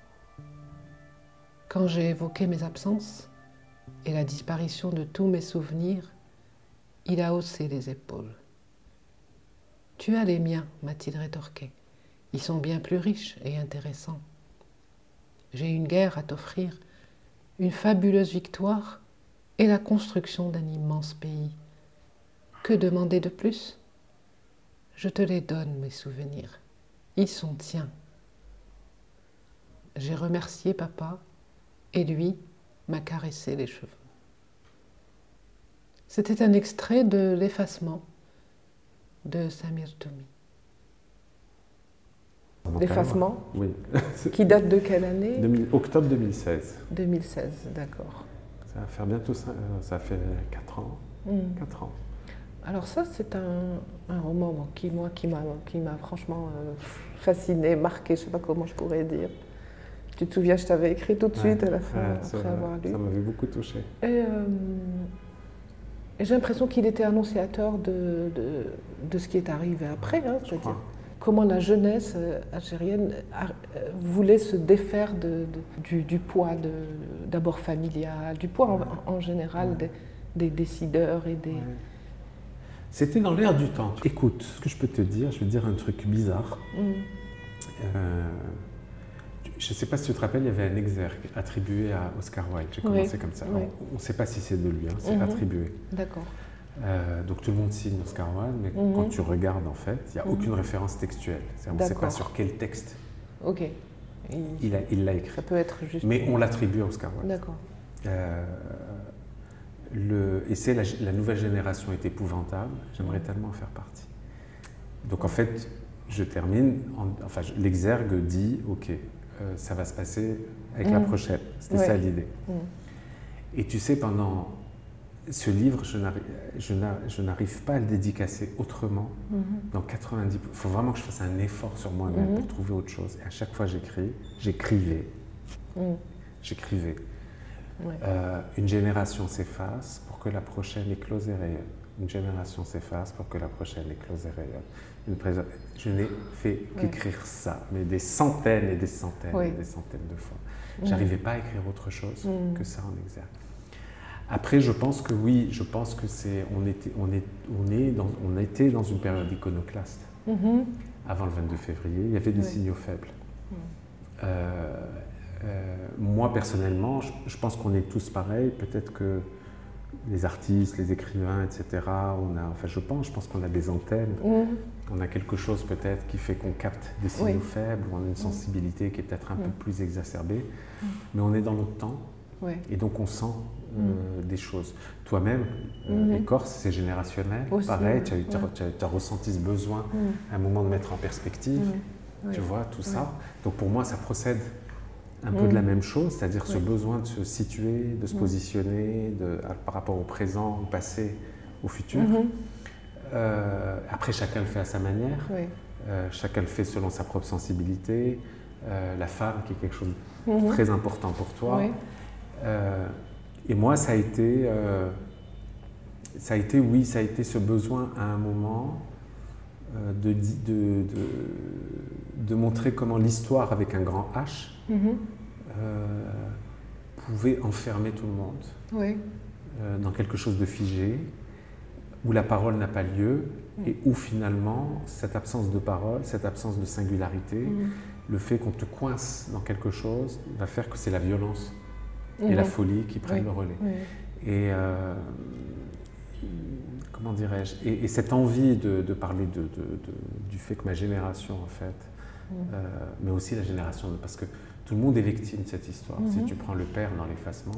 Quand j'ai évoqué mes absences et la disparition de tous mes souvenirs, il a haussé les épaules. « Tu as les miens, m'a-t-il rétorqué. Ils sont bien plus riches et intéressants. J'ai une guerre à t'offrir, une fabuleuse victoire et la construction d'un immense pays. Que demander de plus ? Je te les donne, mes souvenirs. Ils sont tiens. » J'ai remercié papa et lui m'a caressé les cheveux. C'était un extrait de L'effacement de Samir Toumi. L'effacement, Oui. qui date de quelle année ? Octobre 2016. 2016, d'accord. Ça va faire bientôt, ça fait 4 ans. 4 ans. Alors ça, c'est un roman bon, qui m'a franchement fasciné, marqué, je ne sais pas comment je pourrais dire. Tu te souviens, je t'avais écrit tout de suite à la fin, après avoir lu. Ça m'avait beaucoup touché. Et j'ai l'impression qu'il était annonciateur de ce qui est arrivé après, hein, c'est-à-dire comment la jeunesse algérienne voulait se défaire du poids d'abord familial, du poids en général des décideurs et des... Ouais. C'était dans l'air du temps. Écoute, ce que je peux te dire, je vais te dire un truc bizarre. Je ne sais pas si tu te rappelles, il y avait un exergue attribué à Oscar Wilde. J'ai commencé comme ça. Oui. On ne sait pas si c'est de lui, hein, c'est attribué. D'accord. Donc tout le monde signe Oscar Wilde, mais quand tu regardes, en fait, il n'y a aucune référence textuelle. On ne sait pas sur quel texte Ok. il l'a écrit. Ça peut être juste... Mais on l'attribue à Oscar Wilde. D'accord. Et c'est la nouvelle génération est épouvantable, j'aimerais tellement en faire partie. Donc en fait, je termine, l'exergue dit, ok, ça va se passer avec la prochaine, c'était ça l'idée. Et tu sais, pendant ce livre, je n'arrive pas à le dédicacer autrement. Dans 90%, il faut vraiment que je fasse un effort sur moi-même pour trouver autre chose. Et à chaque fois j'écrivais. Ouais. Une génération s'efface pour que la prochaine éclose et rayonne. une génération s'efface pour que la prochaine éclose et rayonne. Je n'ai fait qu'écrire ça, mais des centaines et des centaines et des centaines de fois. J'arrivais pas à écrire autre chose que ça en exergue. Après, je pense que oui, je pense que on était dans une période iconoclaste. Avant le 22 février, il y avait des signaux faibles. Moi, personnellement, je pense qu'on est tous pareils. Peut-être que les artistes, les écrivains, etc., je pense qu'on a des antennes. On a quelque chose peut-être qui fait qu'on capte des signaux faibles, ou on a une sensibilité qui est peut-être un peu plus exacerbée. Mais on est dans notre temps. Et donc on sent des choses. Toi-même, Écorce, c'est générationnel. Aussi, pareil, tu as ressenti ce besoin à un moment de mettre en perspective, tu vois, tout ça. Donc pour moi, ça procède un peu de la même chose, c'est-à-dire ce besoin de se situer, de se positionner par rapport au présent, au passé, au futur. Après, chacun le fait à sa manière, chacun le fait selon sa propre sensibilité. La femme, qui est quelque chose de très important pour toi. Et moi, ça a été ce besoin à un moment de montrer comment l'histoire avec un grand H pouvait enfermer tout le monde dans quelque chose de figé, où la parole n'a pas lieu et où finalement cette absence de parole, cette absence de singularité, le fait qu'on te coince dans quelque chose va faire que c'est la violence et la folie qui prennent le relais. Et comment dirais-je, et cette envie de parler du fait que ma génération, en fait, mais aussi la génération, parce que tout le monde est victime de cette histoire. Si tu prends le père dans l'effacement,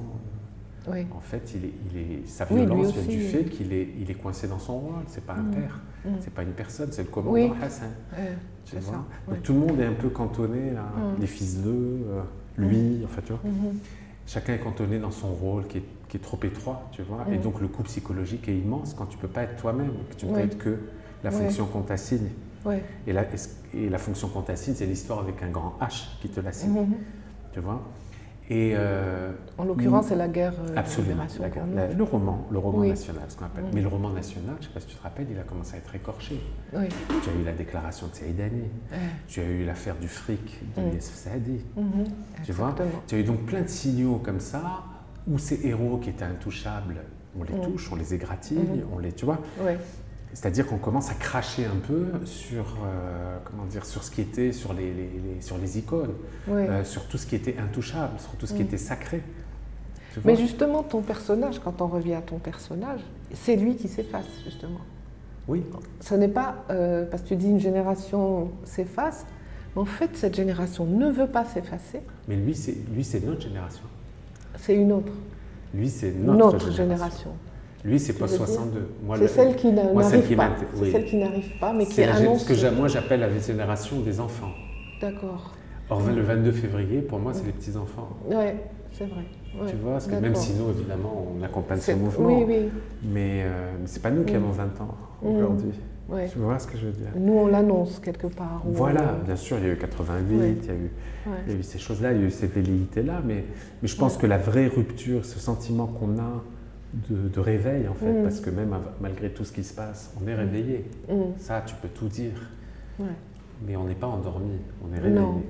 en fait, sa violence vient du fait qu'il est coincé dans son rôle. C'est pas un père, c'est pas une personne, c'est le commandant Hassan. Tu vois. Donc tout le monde est un peu cantonné à les fils d'eux, lui, enfin tu vois. Chacun est cantonné dans son rôle qui est trop étroit, tu vois. Et donc le coût psychologique est immense quand tu peux pas être toi-même, que tu ne peux être que la fonction qu'on t'assigne. Et la fonction qu'on t'assigne, c'est l'histoire avec un grand H qui te l'assigne, tu vois. Et en l'occurrence, c'est la guerre absolument, le roman national, ce qu'on appelle. Mais le roman national, je ne sais pas si tu te rappelles, il a commencé à être écorché. Tu as eu la déclaration de Saïdani, tu as eu l'affaire du fric de Youssef Saadi. Tu vois, tu as eu donc plein de signaux comme ça, où ces héros qui étaient intouchables, on les touche, on les égratigne, on les, tu vois. C'est-à-dire qu'on commence à cracher un peu sur, sur ce qui était, sur les icônes, sur tout ce qui était intouchable, sur tout ce qui était sacré. Mais justement, ton personnage, quand on revient à ton personnage, c'est lui qui s'efface, justement. Oui. Ce n'est pas, parce que tu dis une génération s'efface, mais en fait, cette génération ne veut pas s'effacer. Mais lui, c'est notre génération. C'est une autre. Lui, c'est notre génération. Lui, c'est pas 62. C'est celle qui n'arrive pas. C'est celle qui n'arrive pas, mais qui annonce. Ce que moi j'appelle la génération des enfants. D'accord. Or, le 22 février, pour moi, c'est les petits-enfants. Oui, c'est vrai. Tu vois, parce que même si nous, évidemment, on accompagne ce mouvement, mais c'est pas nous qui avons 20 ans aujourd'hui. Tu vois ce que je veux dire? Nous, on l'annonce quelque part. Voilà, bien sûr, il y a eu 88, il y a eu ces choses-là, il y a eu ces velléités-là, mais je pense que la vraie rupture, ce sentiment qu'on a de réveil, en fait, parce que même malgré tout ce qui se passe, on est réveillé. Ça, tu peux tout dire. Mais on n'est pas endormi, on est réveillé. Non,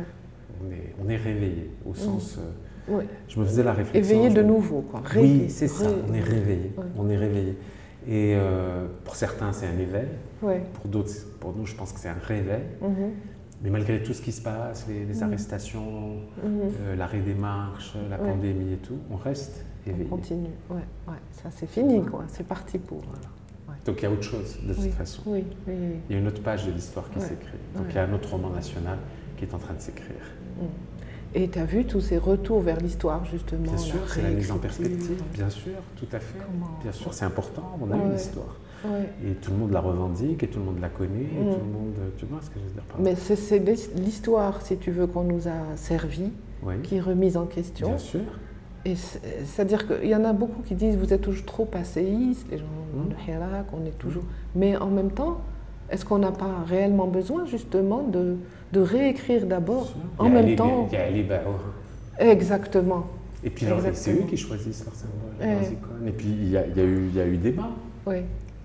on est réveillé, au sens... Je me faisais la réflexion... Éveillé de nouveau, quoi. Oui, c'est ça, on est réveillé. On est réveillé. Et pour certains, c'est un éveil. Pour d'autres, pour nous, je pense que c'est un réveil. Mais malgré tout ce qui se passe, les arrestations, l'arrêt des marches, la pandémie et tout, on reste éveillé. On continue, ça c'est fini, quoi. C'est parti pour... Donc il y a autre chose de toute façon. Il y a une autre page de l'histoire qui s'écrit. Donc il y a un autre roman national qui est en train de s'écrire. Et tu as vu tous ces retours vers l'histoire, justement? Bien sûr, c'est la mise en perspective, bien sûr, tout à fait. Bien sûr, c'est important, on a une histoire. Et tout le monde la revendique, et tout le monde la connaît, et tout le monde... Tu vois ce que je veux dire par là? Mais c'est l'histoire, si tu veux, qu'on nous a servi, qui est remise en question. Bien sûr. C'est-à-dire qu'il y en a beaucoup qui disent vous êtes toujours trop passéistes, les gens de Hirak, on est toujours... Mais en même temps, est-ce qu'on n'a pas réellement besoin justement de réécrire d'abord en même temps? Il y a Ali Baour. Exactement. Et puis c'est eux qui choisissent leurs symboles, leurs icônes. Et puis il y a eu débat.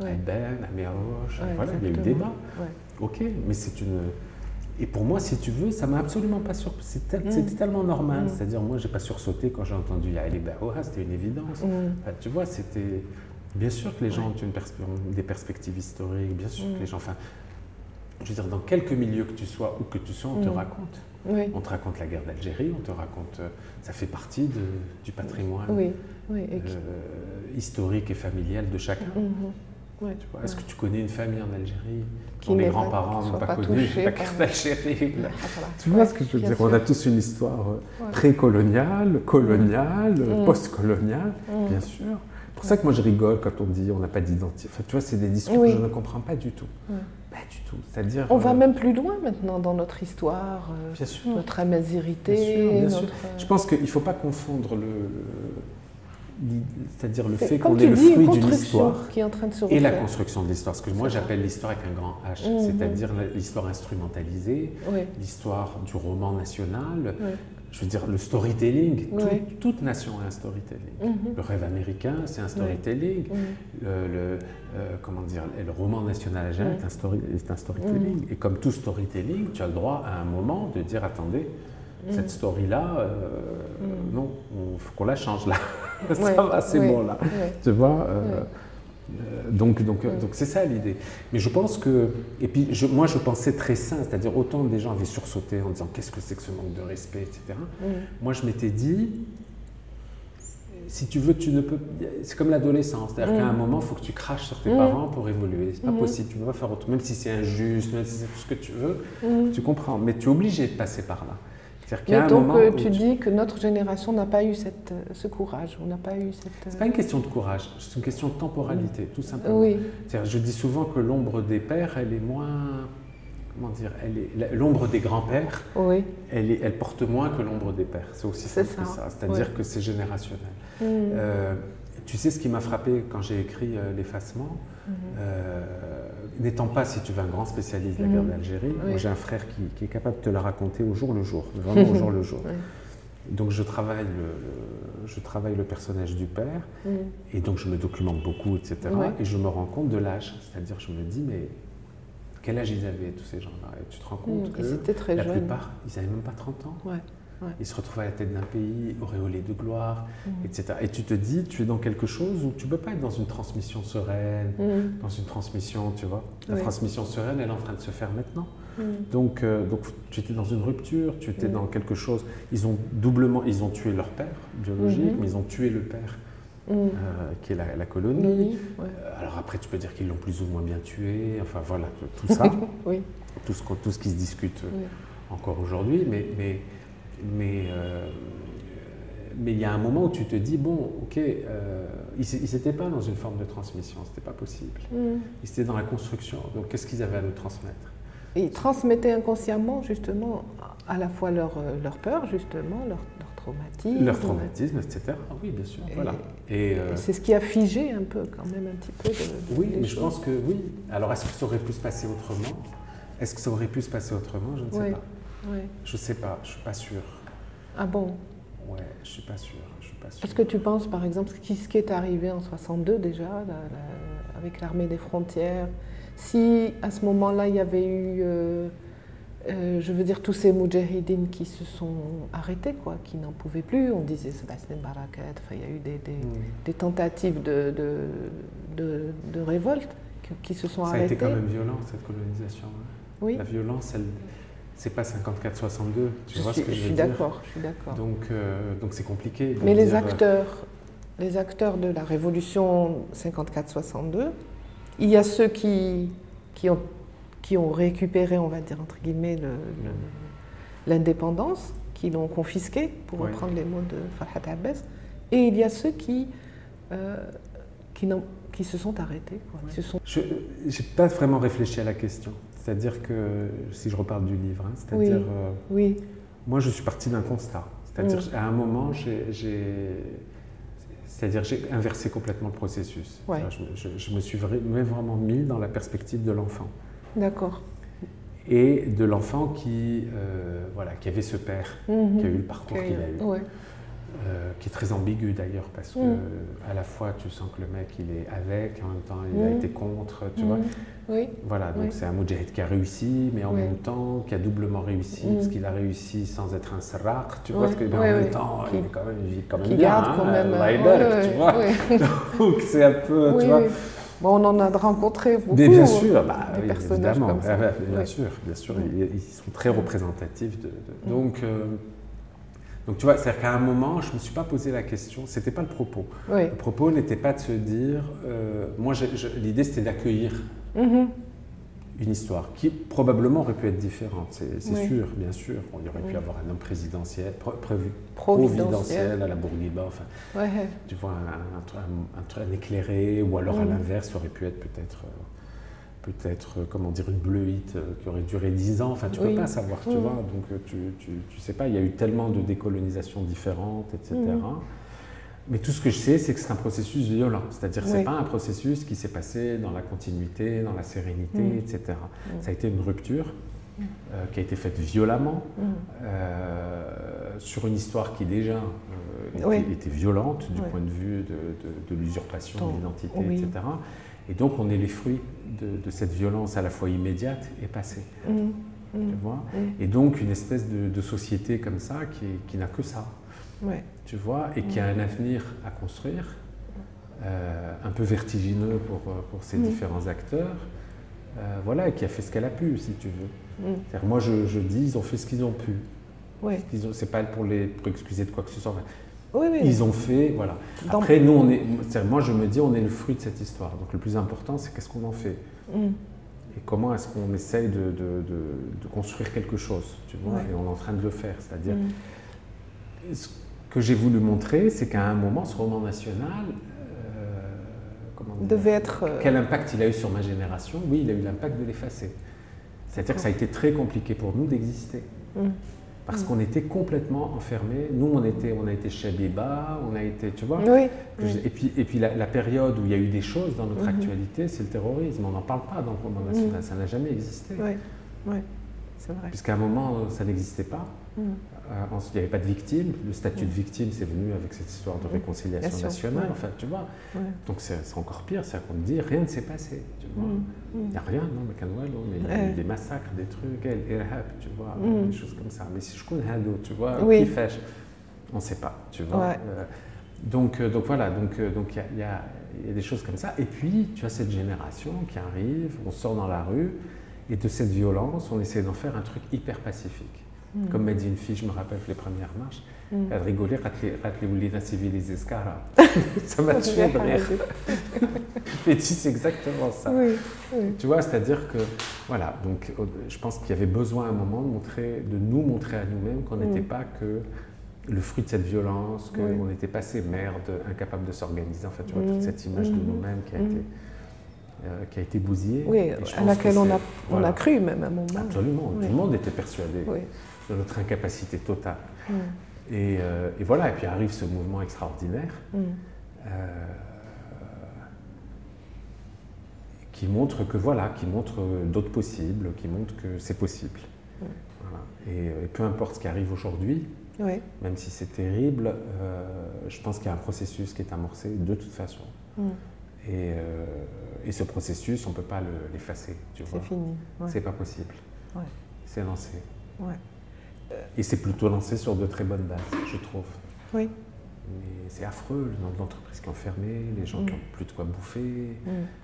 Ouais. à Ben, à Méroche, Ouais, voilà, il y a eu exactement. débat. Ouais. Ok, mais c'est une. Et pour moi, si tu veux, ça m'a absolument pas surpris. C'était tellement normal. C'est-à-dire, moi, j'ai pas sursauté quand j'ai entendu Ali Baouha, c'était une évidence. Enfin, tu vois, c'était. Bien sûr que les gens ont des perspectives historiques, bien sûr que les gens. Enfin, je veux dire, dans quelque milieu que tu sois, où que tu sois, on te raconte. Oui. On te raconte la guerre d'Algérie, on te raconte. Ça fait partie du patrimoine Oui. Oui. historique et familial de chacun. Ouais. Tu vois, est-ce que tu connais une famille en Algérie Qui dont les n'est grands-parents n'ont soit pas pas connu touchés la par- guerre d'Algérie? Voilà. Tu vois ce que je veux Bien dire? sûr. On a tous une histoire précoloniale, coloniale, post-coloniale, bien sûr. C'est pour ça que moi je rigole quand on dit on n'a pas d'identité. Enfin, tu vois, c'est des discours que je ne comprends pas du tout. Pas du tout. C'est-à-dire. On va même plus loin maintenant dans notre histoire, bien sûr. notre amazirité. Bien sûr. Notre... Je pense qu'il ne faut pas confondre c'est-à-dire le fait comme qu'on tu est le dis, fruit une d'une construction histoire qui est en train de se et la refaire. construction de l'histoire. Ce que moi j'appelle l'histoire avec un grand H, c'est-à-dire l'histoire instrumentalisée, l'histoire du roman national, je veux dire le storytelling. Toute nation a un storytelling. Le rêve américain, c'est un storytelling. Comment dire, le roman national algérien est un storytelling. Et comme tout storytelling, tu as le droit à un moment de dire attendez, cette story-là, non, il faut qu'on la change là. Ça va, c'est bon là. Tu vois donc c'est ça l'idée. Mais je pense que. Et puis moi je pensais très sain, c'est-à-dire autant des gens avaient sursauté en disant qu'est-ce que c'est que ce manque de respect, etc. Moi je m'étais dit, si tu veux, tu ne peux. C'est comme l'adolescence, c'est-à-dire qu'à un moment il faut que tu craches sur tes parents pour évoluer. C'est pas possible, tu ne peux pas faire autre. Même si c'est injuste, même si c'est tout ce que tu veux, tu comprends. Mais tu es obligé de passer par là. Mais donc tu dis que notre génération n'a pas eu ce courage, on n'a pas eu cette... C'est pas une question de courage, c'est une question de temporalité, tout simplement. Oui. Je dis souvent que l'ombre des pères, elle est moins... Comment dire, l'ombre des grands-pères, elle porte moins que l'ombre des pères. C'est aussi simple que ça. C'est-à-dire que c'est générationnel. Tu sais ce qui m'a frappé quand j'ai écrit l'effacement, n'étant pas, si tu veux, un grand spécialiste de la guerre d'Algérie, moi j'ai un frère qui est capable de te la raconter au jour le jour, vraiment au jour le jour. Donc je travaille le personnage du père, et donc je me documente beaucoup, etc. Et je me rends compte de l'âge, c'est-à-dire je me dis, mais quel âge ils avaient tous ces gens-là? Et tu te rends compte que la plupart, ils n'avaient même pas 30 ans. Ils se retrouvent à la tête d'un pays, auréolé de gloire, etc. Et tu te dis, tu es dans quelque chose où tu ne peux pas être dans une transmission sereine, dans une transmission, tu vois. La transmission sereine, elle est en train de se faire maintenant. Donc tu étais dans une rupture, tu étais dans quelque chose. Ils ont tué leur père biologique, mais ils ont tué le père, qui est la colonie. Alors après, tu peux dire qu'ils l'ont plus ou moins bien tué, enfin voilà, tout ça, tout ce qui se discute encore aujourd'hui, mais il y a un moment où tu te dis, bon, ok, ils n'étaient pas dans une forme de transmission, c'était pas possible. Ils étaient dans la construction, donc qu'est-ce qu'ils avaient à nous transmettre? Et ils transmettaient inconsciemment, justement, à la fois leur peur, justement, leur traumatisme. Leur traumatisme, etc. Ah oui, bien sûr, voilà. Et c'est ce qui a figé un peu, quand même, un petit peu. Oui, mais je pense que oui. Alors, est-ce que ça aurait pu se passer autrement? Est-ce que ça aurait pu se passer autrement? Je ne sais pas. Je ne sais pas, je ne suis pas sûr. Ah bon? Ouais, je ne suis pas sûr. Est-ce que tu penses, par exemple, ce qui est arrivé en 62 déjà, avec l'armée des frontières, si à ce moment-là, il y avait eu, je veux dire, tous ces moudjahidines qui se sont arrêtés, quoi, qui n'en pouvaient plus, on disait Sébastien Barakat, enfin, il y a eu des tentatives de révolte qui se sont arrêtées. Ça a été quand même violent, cette colonisation. Oui. La violence, c'est pas 54-62, tu vois ce que je veux dire? Je suis d'accord. Donc c'est compliqué. Mais les acteurs de la révolution 54-62, il y a ceux qui ont récupéré, on va dire, entre guillemets, l'indépendance, qui l'ont confisquée, pour reprendre les mots de Farhat Abbas, et il y a ceux qui se sont arrêtés. Je n'ai pas vraiment réfléchi à la question. C'est-à-dire que, si je reparle du livre, c'est-à-dire, moi je suis parti d'un constat. C'est-à-dire à un moment, j'ai inversé complètement le processus. Je me suis vraiment mis dans la perspective de l'enfant. D'accord. Et de l'enfant qui avait ce père, qui a eu le parcours qu'il a eu. qui est très ambigu d'ailleurs, parce que à la fois tu sens que le mec il est avec, en même temps il a été contre, tu vois. Oui. Voilà, donc c'est un Moudjahid qui a réussi, mais en même temps qui a doublement réussi, parce qu'il a réussi sans être un sarraq, tu vois, parce que en même temps il est quand même, il vit quand même qui bien, garde quand même, tu vois. Donc c'est un peu, tu vois. Bon, on en a rencontré beaucoup. Mais bien sûr, des personnages comme ça. Bien sûr, ils sont très représentatifs donc tu vois, c'est-à-dire qu'à un moment, je ne me suis pas posé la question, ce n'était pas le propos. Le propos n'était pas de se dire, moi l'idée c'était d'accueillir une histoire qui probablement aurait pu être différente, c'est sûr, bien sûr. Il aurait pu y avoir un homme présidentiel, providentiel à la Bourguiba, enfin, tu vois, un éclairé, ou alors à l'inverse, ça aurait pu être peut-être, comment dire, une bleuite qui aurait duré 10 ans, enfin tu ne peux pas savoir, tu vois, donc tu sais pas, il y a eu tellement de décolonisations différentes, etc. Mais tout ce que je sais, c'est que c'est un processus violent, c'est-à-dire que ce n'est pas un processus qui s'est passé dans la continuité, dans la sérénité, etc. Ça a été une rupture qui a été faite violemment, sur une histoire qui déjà était violente du point de vue de l'usurpation de l'identité, etc. Et donc on est les fruits de cette violence à la fois immédiate et passée. Tu vois, et donc une espèce de société comme ça qui n'a que ça. Tu vois, et qui a un avenir à construire, un peu vertigineux pour ces différents acteurs, voilà, et qui a fait ce qu'elle a pu, si tu veux. Moi, je dis, ils ont fait ce qu'ils ont pu. C'est pas pour excuser de quoi que ce soit. Ils ont fait, voilà. Après, nous, moi, je me dis, on est le fruit de cette histoire. Donc, le plus important, c'est qu'est-ce qu'on en fait. Et comment est-ce qu'on essaye de construire quelque chose, tu vois, et on est en train de le faire. C'est-à-dire, ce que j'ai voulu montrer, c'est qu'à un moment, ce roman national, devait être... quel impact il a eu sur ma génération? Oui, il a eu l'impact de l'effacer. C'est-à-dire que ça a été très compliqué pour nous d'exister. Parce qu'on était complètement enfermés. Nous, on a été chez Biba, on a été, tu vois. Et puis la période où il y a eu des choses dans notre actualité, c'est le terrorisme. On n'en parle pas dans le roman national, ça n'a jamais existé. C'est vrai. Puisqu'à un moment, ça n'existait pas. Ensuite, il n'y avait pas de victime. Le statut de victime, c'est venu avec cette histoire de réconciliation nationale, enfin, tu vois. Donc c'est encore pire, c'est qu'on te dit, rien ne s'est passé, tu vois. Il n'y a rien, non, mais il y a eu des massacres, des trucs, irhab, tu vois, des choses comme ça. Mais si je connais Hado, tu vois, qui fait, on ne sait pas, tu vois. Donc voilà, donc il y a des choses comme ça. Et puis, tu as cette génération qui arrive, on sort dans la rue, et de cette violence, on essaie d'en faire un truc hyper pacifique. Comme m'a dit une fille, je me rappelle les premières marches, elle rigolait, les Oulina civilisés Skara. Ça m'a tué de rire. Et tu c'est exactement ça. Tu vois, c'est-à-dire que, voilà, donc je pense qu'il y avait besoin à un moment de nous montrer à nous-mêmes qu'on n'était pas que le fruit de cette violence, qu'on était pas ces merdes incapables de s'organiser. Enfin, tu vois, toute cette image de nous-mêmes qui a été bousillée. À laquelle on a cru même à un moment. Absolument, tout le monde était persuadé de notre incapacité totale. Et voilà, et puis arrive ce mouvement extraordinaire qui montre que qui montre d'autres possibles, qui montre que c'est possible. Voilà. Et peu importe ce qui arrive aujourd'hui, même si c'est terrible, je pense qu'il y a un processus qui est amorcé de toute façon. Et ce processus, on ne peut pas l'effacer, tu vois. C'est fini. C'est pas possible. C'est lancé. Et c'est plutôt lancé sur de très bonnes bases, je trouve. Mais c'est affreux, le nombre d'entreprises qui ont fermé, les gens qui n'ont plus de quoi bouffer,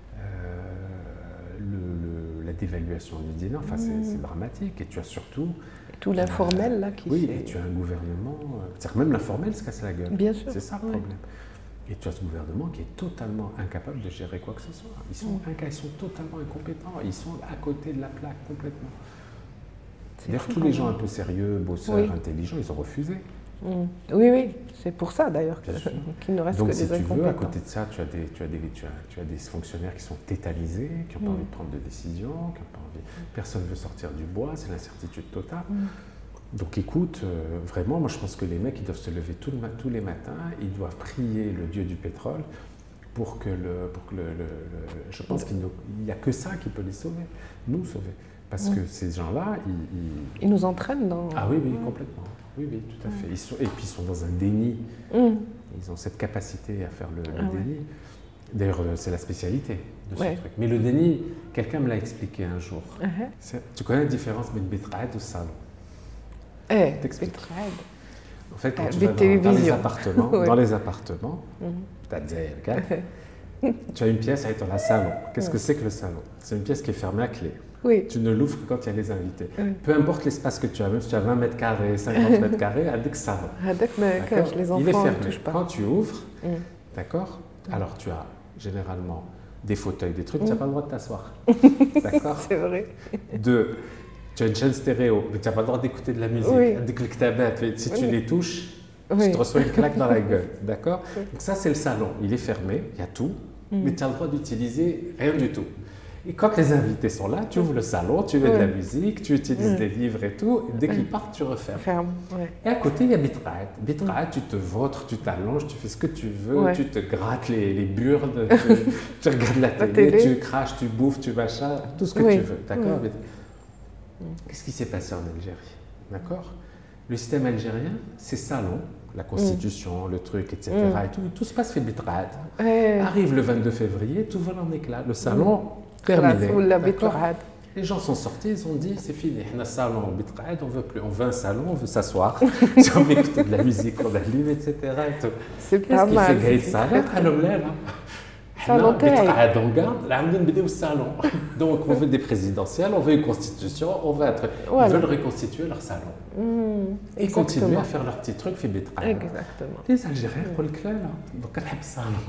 la dévaluation du dinar, enfin c'est dramatique. Et tu as surtout... Tout l'informel là qui et tu as un gouvernement... C'est-à-dire que même l'informel se casse la gueule. Bien sûr. C'est ça le problème. Et tu as ce gouvernement qui est totalement incapable de gérer quoi que ce soit. Ils sont totalement incompétents, ils sont à côté de la plaque complètement. D'ailleurs, tous les gens un peu sérieux, bosseurs, intelligents, ils ont refusé. Oui, c'est pour ça d'ailleurs qu'il ne reste donc, que des incompétents. Donc si tu veux, à côté de ça, tu as des fonctionnaires qui sont tétanisés, qui n'ont pas envie de prendre de décision, qui n'ont pas envie... Personne ne veut sortir du bois, c'est l'incertitude totale. Donc écoute, vraiment, moi je pense que les mecs, ils doivent se lever tous les matins, ils doivent prier le dieu du pétrole pour que je pense qu'il n'y a que ça qui peut les sauver, nous sauver. Parce que ces gens-là, ils nous entraînent dans... Ah oui, complètement. Oui, oui, tout à fait. Et puis ils sont dans un déni. Ils ont cette capacité à faire le déni. Ouais. D'ailleurs, c'est la spécialité de ce truc. Mais le déni, quelqu'un me l'a expliqué un jour. Tu connais la différence entre Bitrad ou salon? T'expliques. En fait, quand tu vas dans les appartements, tu as une pièce avec ton salon. Qu'est-ce que c'est que le salon? C'est une pièce qui est fermée à clé. Oui. Tu ne l'ouvres que quand il y a les invités. Peu importe l'espace que tu as, même si tu as 20 mètres carrés, 50 mètres carrés, avec salon. Les enfants il est fermé. Ne touchent pas. Quand tu ouvres, d'accord, alors tu as généralement des fauteuils, des trucs, tu n'as pas le droit de t'asseoir. D'accord. C'est vrai. Deux, tu as une chaîne stéréo, mais tu n'as pas le droit d'écouter de la musique. Si tu les touches, tu te reçois une claque dans la gueule. D'accord. Donc ça, c'est le salon. Il est fermé, il y a tout, mais tu as le droit d'utiliser rien du tout. Et quand les invités sont là, tu ouvres le salon, tu mets de la musique, tu utilises des livres et tout. Et dès qu'ils partent, tu refermes. Et à côté, il y a Bitrad. Bitrad, tu te vautres, tu t'allonges, tu fais ce que tu veux, tu te grattes les burnes, tu regardes la télé, tu craches, tu bouffes, tu machins, tout ce que tu veux. D'accord. Qu'est-ce qui s'est passé en Algérie? D'accord. Le système algérien, c'est salon, la constitution, le truc, etc. Et tout se passe fait Bitrad. Arrive le 22 février, tout vole en éclat. Le salon, terminé. Les gens sont sortis, ils ont dit c'est fini. On a un salon Bitrad, on veut plus. On veut un salon, on veut s'asseoir. On veut écouter de la musique, on a le livre, etc. C'est pas mal. Qu'est-ce qui fait Gaïd salon Bitrad, on garde, là on a une salon. Donc on veut des présidentielles, on veut une constitution, on veut un truc. Ils veulent reconstituer leur salon. Et continuer à faire leur petit truc fait Bitrad. Exactement. Les Algériens, on le clair là. Donc on a le salon.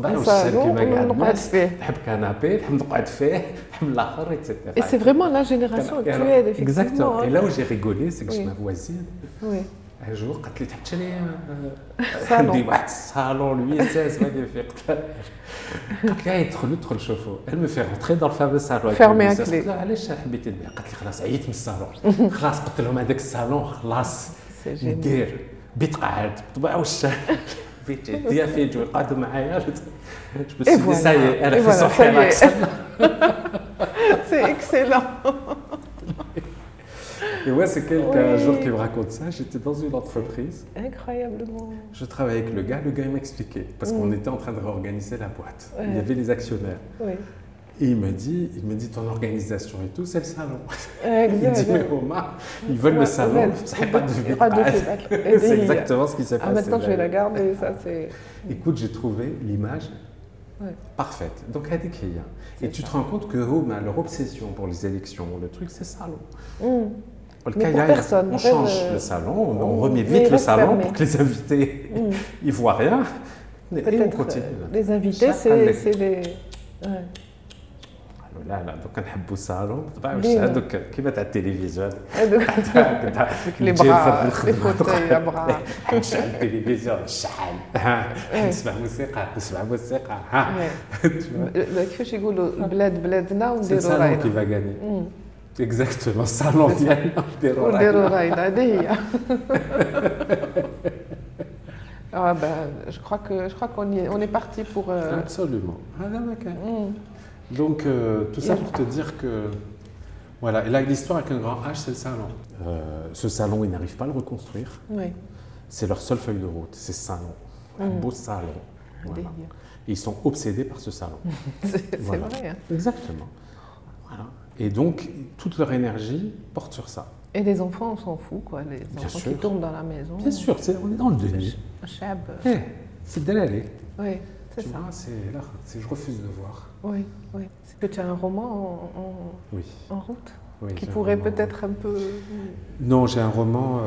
Et c'est vraiment la génération actuelle, effectivement. Exactement. Et là où j'ai rigolé, c'est que ma voisine, un jour, quand elle était dit salon, lui, c'est magnifique. Quand elle est trop le chauffe-eau, elle me fait rentrer dans le fameux salon. Fermé à clé. علاش حبيتي نبيع؟ قالت لي خلاص عييت من الصالون. خلاص قلت لهم هذاك الصالون خلاص ندير بيتقعد طبع والشارع. Dia fait du قعدوا معايا. Je me suis dit ça y est, elle a fait son travail. C'est excellent. Et ouais, c'est quelqu'un un jour qui me raconte ça. J'étais dans une entreprise. Incroyablement. Je travaillais avec le gars m'expliquait parce qu'on était en train de réorganiser la boîte. Il y avait les actionnaires. Et il me dit ton organisation et tout, c'est le salon. Il dit mais Omar, ils veulent le salon, ça n'est pas de C'est exactement ce qui s'est passé. Maintenant je vais la garder, ça c'est. Écoute, j'ai trouvé l'image parfaite. Donc et tu te rends compte que leur obsession pour les élections, le truc, c'est salon. Mais pour personne. On change le salon, on remet vite le salon pour que les invités ils voient rien. Et on continue. Les invités, c'est les. لا دوك كنحبوا الصالون طبعا واش هذوك كيما تاع التلفزيون لي بغا لي فوتاي بغا نشعل التلفزيون شحال نسمع موسيقى كيفاش يقولوا البلاد بلادنا ونديروا راينا كي فا غاني اكزاكتومون الصالون ديالنا نديروا راينا هذه هي. Je crois qu'on est parti pour. Absolument. Donc, tout ça pour te dire que, voilà, et là, l'histoire avec un grand H, c'est le salon. Ce salon, ils n'arrivent pas à le reconstruire. C'est leur seule feuille de route, c'est ce salon. Un beau salon. Voilà. Et ils sont obsédés par ce salon. C'est vrai. Hein. Exactement. Voilà. Et donc, toute leur énergie porte sur ça. Et les enfants, on s'en fout, quoi. Les enfants qui tournent dans la maison. Bien sûr, on est dans le déni. C'est d'aller. Oui. C'est ça. Vois, je refuse de voir. Oui. Est-ce que tu as un roman en route qui pourrait peut-être un peu... Non, j'ai un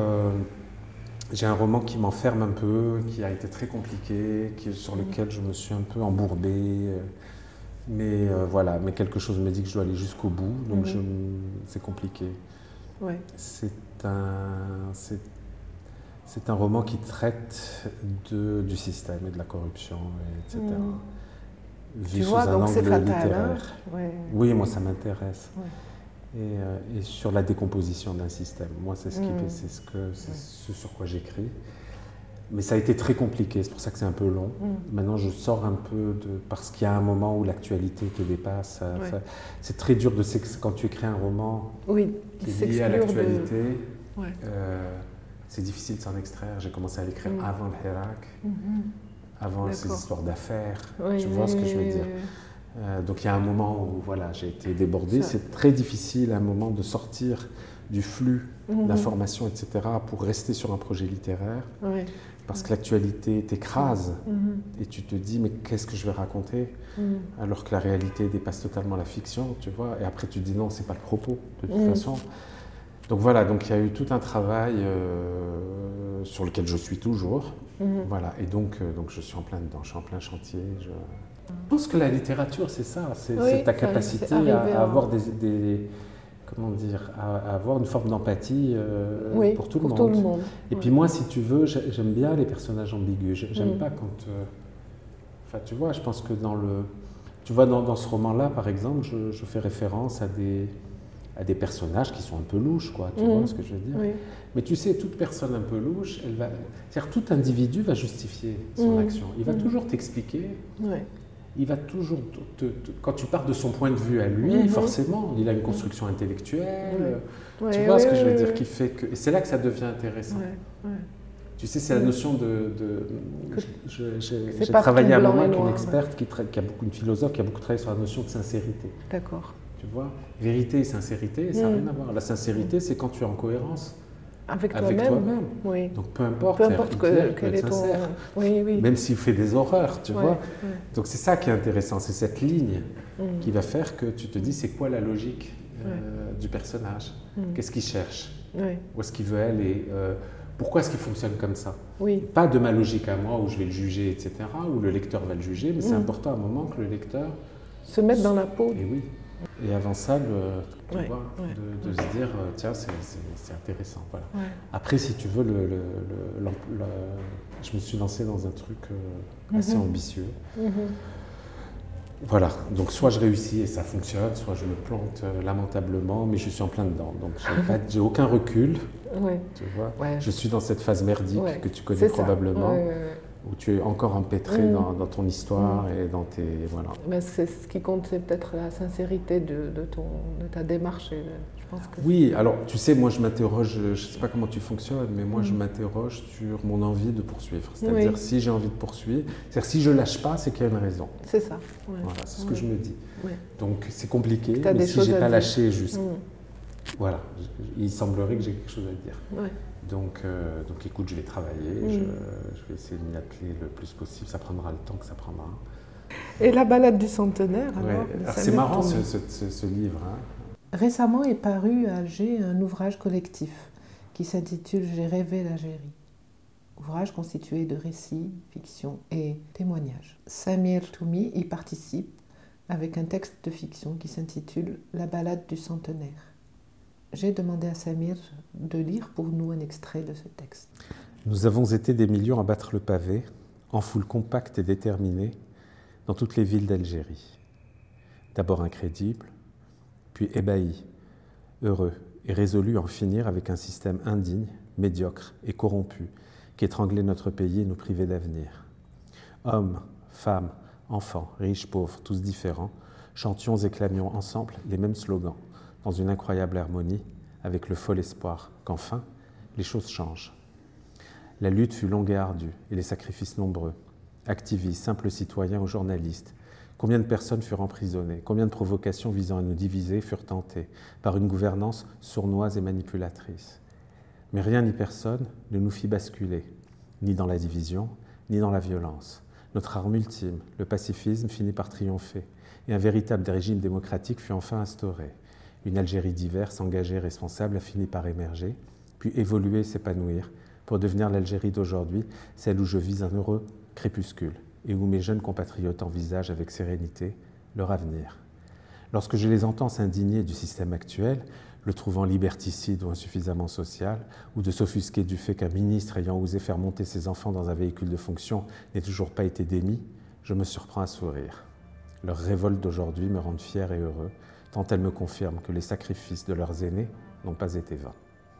roman qui m'enferme un peu, qui a été très compliqué, sur lequel je me suis un peu embourbé. Mais voilà, mais quelque chose me dit que je dois aller jusqu'au bout, donc c'est compliqué. C'est un roman qui traite du système et de la corruption, etc. Vu sous un angle littéraire. Oui, moi ça m'intéresse. Et sur la décomposition d'un système. Moi, c'est ce sur quoi j'écris. Mais ça a été très compliqué, c'est pour ça que c'est un peu long. Maintenant, je sors un peu parce qu'il y a un moment où l'actualité te dépasse. C'est très dur quand tu écris un roman qui est lié à l'actualité. c'est difficile de s'en extraire. J'ai commencé à l'écrire avant le Hirak, avant ces histoires d'affaires. Tu vois ce que je veux dire? Donc il y a un moment où voilà, j'ai été débordé. C'est très difficile à un moment de sortir du flux d'informations, etc., pour rester sur un projet littéraire. Parce que l'actualité t'écrase et tu te dis mais qu'est-ce que je vais raconter alors que la réalité dépasse totalement la fiction, tu vois. Et après tu te dis non, c'est pas le propos de toute façon. Donc voilà, donc il y a eu tout un travail sur lequel je suis toujours. Voilà, et donc je suis en plein dedans, je suis en plein chantier. Je pense que la littérature, c'est ça, c'est ta capacité à avoir comment dire, à avoir une forme d'empathie pour tout le monde. Et puis moi, si tu veux, j'aime bien les personnages ambigus. J'aime pas quand... Enfin, tu vois, je pense que tu vois, dans ce roman-là, par exemple, je fais référence à des personnages qui sont un peu louches, quoi. Tu vois ce que je veux dire? Mais tu sais, toute personne un peu louche, c'est-à-dire tout individu va justifier son action. Il va toujours t'expliquer. Il va toujours, quand tu pars de son point de vue à lui, forcément, il a une construction intellectuelle. Tu vois ce que je veux dire, qui fait que... Et c'est là que ça devient intéressant. Tu sais, c'est la notion j'ai travaillé un moment avec une experte, une philosophe qui a beaucoup travaillé sur la notion de sincérité. D'accord. Tu vois, vérité et sincérité, ça n'a rien à voir. La sincérité, c'est quand tu es en cohérence avec toi-même. Donc peu importe quel est ton... sincère. Même s'il fait des horreurs, tu vois. Donc c'est ça qui est intéressant, c'est cette ligne qui va faire que tu te dis c'est quoi la logique du personnage, qu'est-ce qu'il cherche, où est-ce qu'il veut aller, pourquoi est-ce qu'il fonctionne comme ça. Pas de ma logique à moi où je vais le juger, etc., où le lecteur va le juger, mais c'est important à un moment que le lecteur se mette dans la peau. Et avant ça, tu vois, de se dire, tiens, c'est intéressant. Voilà. Après, si tu veux, je me suis lancé dans un truc assez ambitieux. Voilà, donc soit je réussis et ça fonctionne, soit je me plante lamentablement, mais je suis en plein dedans. Donc j'ai aucun recul, tu vois. Je suis dans cette phase merdique que tu connais probablement. Où tu es encore empêtré dans ton histoire et dans tes... Voilà. Mais c'est ce qui compte, c'est peut-être la sincérité de ta démarche. Et je pense que oui, alors tu sais, moi je m'interroge, je ne sais pas comment tu fonctionnes, mais moi je m'interroge sur mon envie de poursuivre. C'est-à-dire si j'ai envie de poursuivre, c'est-à-dire si je ne lâche pas, c'est qu'il y a une raison. C'est ça. Voilà, c'est ce que je me dis. Donc c'est compliqué, mais si je n'ai pas lâché juste... Voilà, il semblerait que j'ai quelque chose à dire. Donc écoute, je vais travailler, je vais essayer de m'y atteler le plus possible, ça prendra le temps que ça prendra. Et la balade du centenaire, alors c'est marrant ce livre. Récemment est paru à Alger un ouvrage collectif qui s'intitule « J'ai rêvé l'Algérie ». Ouvrage constitué de récits, fiction et témoignages. Samir Toumi y participe avec un texte de fiction qui s'intitule « La balade du centenaire ». J'ai demandé à Samir de lire pour nous un extrait de ce texte. Nous avons été des millions à battre le pavé, en foule compacte et déterminée, dans toutes les villes d'Algérie. D'abord incrédibles, puis ébahis, heureux et résolus à en finir avec un système indigne, médiocre et corrompu qui étranglait notre pays et nous privait d'avenir. Hommes, femmes, enfants, riches, pauvres, tous différents, chantions et clamions ensemble les mêmes slogans, dans une incroyable harmonie, avec le fol espoir qu'enfin, les choses changent. La lutte fut longue et ardue, et les sacrifices nombreux. Activistes, simples citoyens ou journalistes, combien de personnes furent emprisonnées, combien de provocations visant à nous diviser furent tentées par une gouvernance sournoise et manipulatrice. Mais rien ni personne ne nous fit basculer, ni dans la division, ni dans la violence. Notre arme ultime, le pacifisme, finit par triompher, et un véritable régime démocratique fut enfin instauré. Une Algérie diverse, engagée, responsable a fini par émerger, puis évoluer et s'épanouir pour devenir l'Algérie d'aujourd'hui, celle où je vis un heureux crépuscule et où mes jeunes compatriotes envisagent avec sérénité leur avenir. Lorsque je les entends s'indigner du système actuel, le trouvant liberticide ou insuffisamment social, ou de s'offusquer du fait qu'un ministre ayant osé faire monter ses enfants dans un véhicule de fonction n'ait toujours pas été démis, je me surprends à sourire. Leurs révoltes d'aujourd'hui me rendent fier et heureux, tant elles me confirment que les sacrifices de leurs aînés n'ont pas été vains.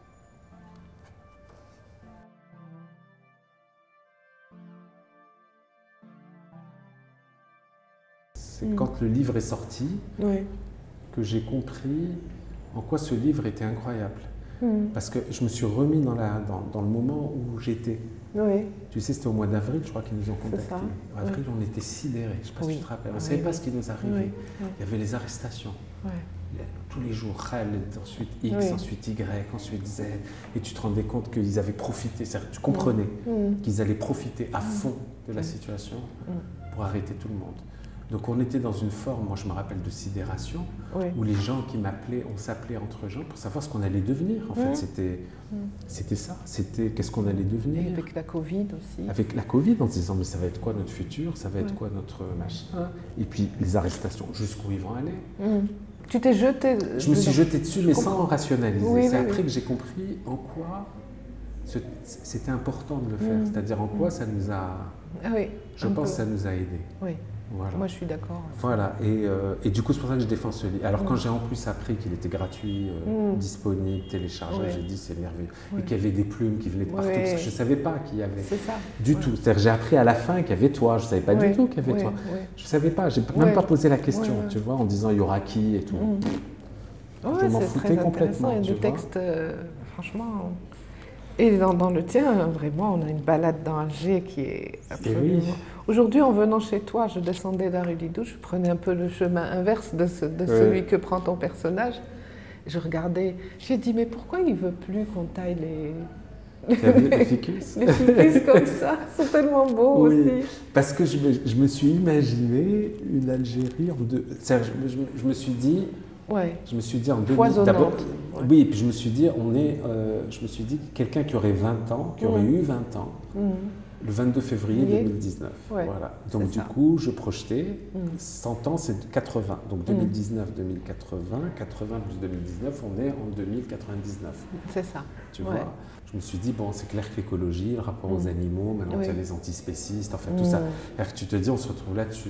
C'est quand le livre est sorti que j'ai compris en quoi ce livre était incroyable. Parce que je me suis remis dans le moment où j'étais. Oui. Tu sais, c'était au mois d'avril, je crois qu'ils nous ont contactés. ça. En avril, on était sidérés. Je ne sais pas si tu te rappelles. On ne savait pas ce qui nous arrivait. Il y avait les arrestations. Tous les jours, Khaled, ensuite X, ensuite Y, ensuite Z. Et tu te rendais compte qu'ils avaient profité. C'est-à-dire que tu comprenais qu'ils allaient profiter à fond de la situation pour arrêter tout le monde. Donc on était dans une forme, moi je me rappelle, de sidération, où les gens qui m'appelaient, on s'appelait entre gens pour savoir ce qu'on allait devenir. En fait, c'était ça, c'était qu'est-ce qu'on allait devenir. Et avec la Covid aussi. Avec la Covid, en se disant, mais ça va être quoi notre futur, ça va être quoi notre machin. Et puis les arrestations, jusqu'où ils vont aller. Tu t'es jeté... Je me suis jeté dessus, mais sans rationaliser. C'est après que j'ai compris en quoi c'était important de le faire, c'est-à-dire en quoi ça nous a... je pense que ça nous a aidés. Oui. Voilà. Moi, je suis d'accord. Voilà, et du coup, c'est pour ça que je défends ce livre. Alors, quand j'ai en plus appris qu'il était gratuit, disponible, téléchargeable, j'ai dit c'est merveilleux. Et qu'il y avait des plumes qui venaient de partout, parce que je ne savais pas qu'il y avait du tout. C'est-à-dire, j'ai appris à la fin qu'il y avait toi, je ne savais pas du tout qu'il y avait toi. Je ne savais pas, je n'ai même pas posé la question, tu vois, en disant il y aura qui et tout. Je m'en foutais complètement. Il y a des textes, franchement... Et dans le tien, vraiment, on a une balade dans Alger qui est absolument... Aujourd'hui, en venant chez toi, je descendais la rue Didou, je prenais un peu le chemin inverse de celui que prend ton personnage. Je regardais, j'ai dit, mais pourquoi il ne veut plus qu'on taille les ficus les ficus comme ça, c'est tellement beau aussi. Parce que je me suis imaginé une Algérie en deux... Je me suis dit... Je me suis dit en 2000 d'abord, oui, et puis je me suis dit quelqu'un qui aurait 20 ans, qui aurait eu 20 ans, le 22 février 2019. Voilà. Donc du coup, je projetais 100 ans, c'est 80. Donc 2019, 2080, 80 plus 2019, on est en 2099. C'est ça. Tu vois. Je me suis dit, bon, c'est clair que l'écologie, le rapport aux animaux, maintenant il y a les antispécistes, enfin tout ça. Alors que tu te dis, on se retrouve là-dessus.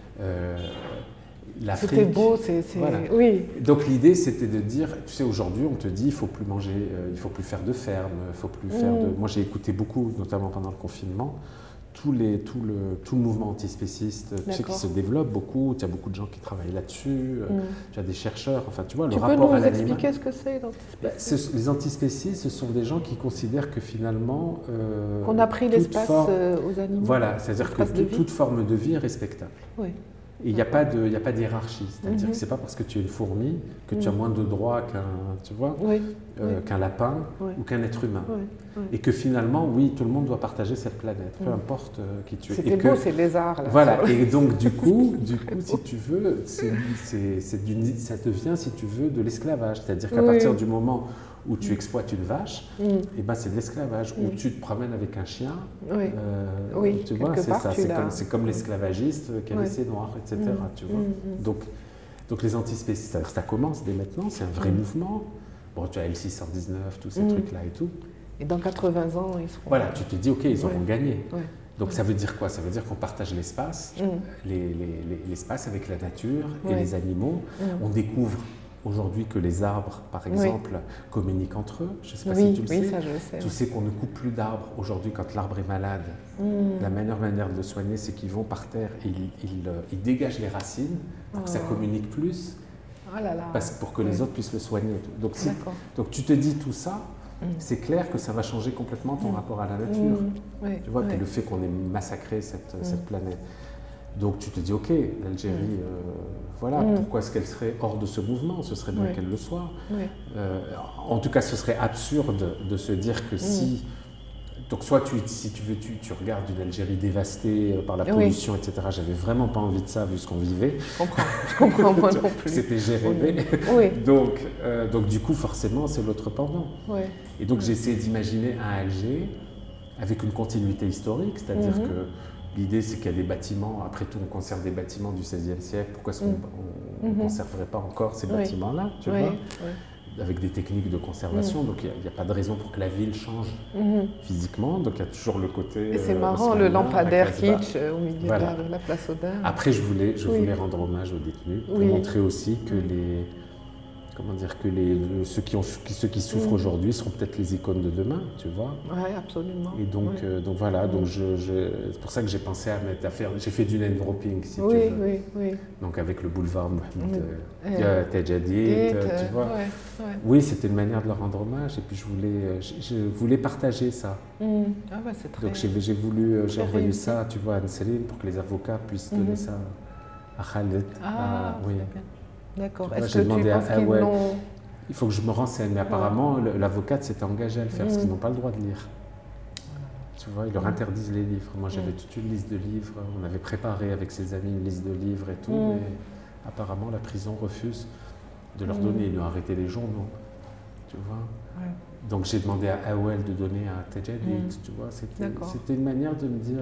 C'était beau, voilà. Donc l'idée c'était de dire, tu sais, aujourd'hui on te dit il faut plus manger, il faut plus faire de ferme, il faut plus faire de... Moi j'ai écouté beaucoup, notamment pendant le confinement, tout le mouvement antispéciste, tu sais, qui se développe beaucoup, tu as beaucoup de gens qui travaillent là-dessus, tu as des chercheurs, enfin tu vois, le rapport à l'animal. Tu peux nous expliquer ce que c'est l'antispécisme? Les antispécistes, ce sont des gens qui considèrent que finalement... qu'on a pris l'espace aux animaux. Voilà, c'est-à-dire que toute forme de vie est respectable. Et il n'y a pas de hiérarchie, c'est-à-dire que ce n'est pas parce que tu es une fourmi que tu as moins de droits qu'un lapin ou qu'un être humain. Et que finalement, oui, tout le monde doit partager cette planète, peu importe qui tu es. C'était beau, ces lézards. Là, voilà, et donc du coup si tu veux, ça devient, si tu veux, de l'esclavage. C'est-à-dire qu'à partir du moment où tu exploites une vache, et ben c'est de l'esclavage. Où tu te promènes avec un chien, tu vois, c'est ça. C'est comme l'esclavagiste qui avait ses noirs, etc. Tu vois. Donc les antispécistes, ça commence dès maintenant, c'est un vrai mouvement. Bon, tu as L619, tous ces trucs-là et tout. Et dans 80 ans, ils seront... Voilà, tu te dis, ok, ils auront gagné. Donc ça veut dire quoi? Ça veut dire qu'on partage l'espace, l'espace avec la nature et les animaux. On découvre aujourd'hui que les arbres, par exemple, communiquent entre eux. Je ne sais pas si tu le sais. Ça, je le sais. Tu sais qu'on ne coupe plus d'arbres aujourd'hui quand l'arbre est malade. La meilleure manière de le soigner, c'est qu'ils vont par terre et ils dégagent les racines pour que ça communique plus, pour que les autres puissent le soigner. Donc tu te dis tout ça, c'est clair que ça va changer complètement ton rapport à la nature. Tu vois, puis le fait qu'on ait massacré cette planète. Donc tu te dis, ok, l'Algérie, pourquoi est-ce qu'elle serait hors de ce mouvement? Ce serait bien qu'elle le soit. En tout cas, ce serait absurde de se dire que si... Donc soit si tu veux, tu regardes une Algérie dévastée par la pollution, etc. J'avais vraiment pas envie de ça vu ce qu'on vivait. Je comprends moi non plus. C'était j'ai rêvé. Donc du coup, forcément, c'est l'autre pendant. Et donc j'ai essayé d'imaginer un Alger avec une continuité historique, c'est-à-dire que l'idée, c'est qu'il y a des bâtiments, après tout, on conserve des bâtiments du XVIe siècle, pourquoi est-ce qu'on ne conserverait pas encore ces bâtiments-là, tu vois, avec des techniques de conservation, donc il n'y a pas de raison pour que la ville change physiquement, donc il y a toujours le côté... Et c'est marrant, le lampadaire kitsch au milieu de la place Audin. Après, je voulais rendre hommage aux détenus, pour montrer aussi que comment dire, que ceux qui souffrent aujourd'hui seront peut-être les icônes de demain, tu vois. Oui, absolument. Et donc, donc voilà, donc c'est pour ça que j'ai pensé à j'ai fait du name dropping, si tu veux. Oui. Donc avec le boulevard Mohamed Tajadid, tu vois. Oui, c'était une manière de leur rendre hommage, et puis je voulais partager ça. Ah ouais, c'est très... Donc j'ai envoyé ça, tu vois, à Ansarine pour que les avocats puissent donner ça à Khaled. Oui. D'accord. Tu vois, Est-ce que tu penses qu'ils l'ont... Il faut que je me renseigne, mais apparemment l'avocate s'était engagée à le faire parce qu'ils n'ont pas le droit de lire. Tu vois, ils leur interdisent les livres. Moi j'avais toute une liste de livres, on avait préparé avec ses amis une liste de livres et tout, mais apparemment la prison refuse de leur donner, ils lui ont arrêté les journaux. Tu vois. Donc j'ai demandé à Awel de donner à Tajadid, tu vois, c'était une manière de me dire...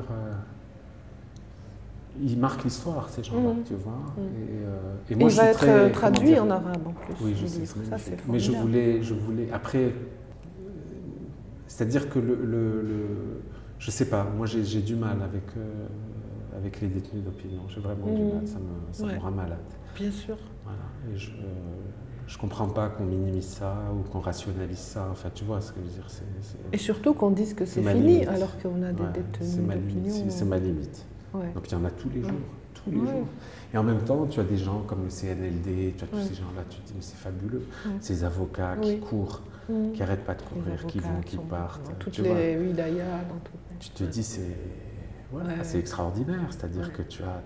Ils marquent l'histoire, ces gens-là, tu vois. Et moi, il va être traduit en arabe en plus. Oui, je sais, ça, c'est mais je voulais après, c'est-à-dire que je sais pas, moi j'ai du mal avec les détenus d'opinion. J'ai vraiment du mal, ça me rend malade. Bien sûr. Voilà. Et je comprends pas qu'on minimise ça ou qu'on rationalise ça. Enfin, tu vois ce que je veux dire. Et surtout qu'on dise que c'est fini alors qu'on a des détenus d'opinion. C'est ma limite. Donc il y en a tous les jours, Et en même temps, tu as des gens comme le CNLD, tu as tous ces gens-là, tu te dis mais c'est fabuleux. Ces avocats qui courent, qui n'arrêtent pas de courir, qui vont, qui partent. Toutes les wilaya, dans tout. Tu te dis c'est extraordinaire, c'est-à-dire que tu as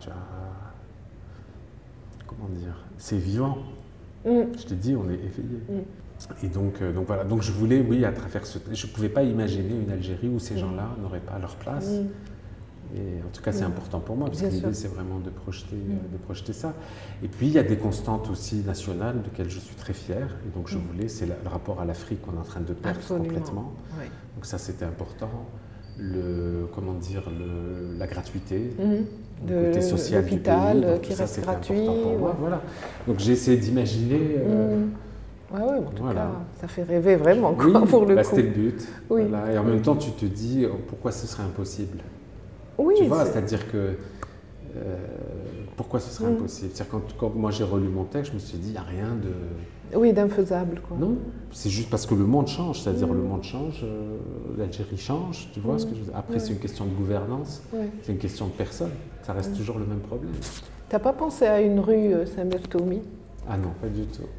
comment dire, c'est vivant. Je te dis, on est éveillé. Et donc voilà, donc je voulais, à travers je ne pouvais pas imaginer une Algérie où ces gens-là n'auraient pas leur place. Et en tout cas, c'est important pour moi, parce que l'idée, c'est vraiment de projeter ça. Et puis, il y a des constantes aussi nationales, desquelles je suis très fier. Et donc, je voulais, c'est le rapport à l'Afrique qu'on est en train de perdre complètement. Donc ça, c'était important. La gratuité, le côté social du pays. Donc, qui ça, reste c'était gratuit. important pour moi. Voilà. Donc, j'ai essayé d'imaginer... en tout cas, ça fait rêver vraiment, pour le coup. C'était le but. Voilà. Et en même temps, tu te dis, pourquoi ce serait impossible ? Tu vois, c'est-à-dire que pourquoi ce serait impossible ? C'est-à-dire quand moi j'ai relu mon texte, je me suis dit, il n'y a rien de... Oui, d'infaisable, quoi. Non, c'est juste parce que le monde change, c'est-à-dire le monde change, l'Algérie change, tu vois ce que je veux dire. Après, c'est une question de gouvernance, c'est une question de personne, ça reste toujours le même problème. T'as pas pensé à une rue Saint-Berthélemy ? Ah non, pas du tout.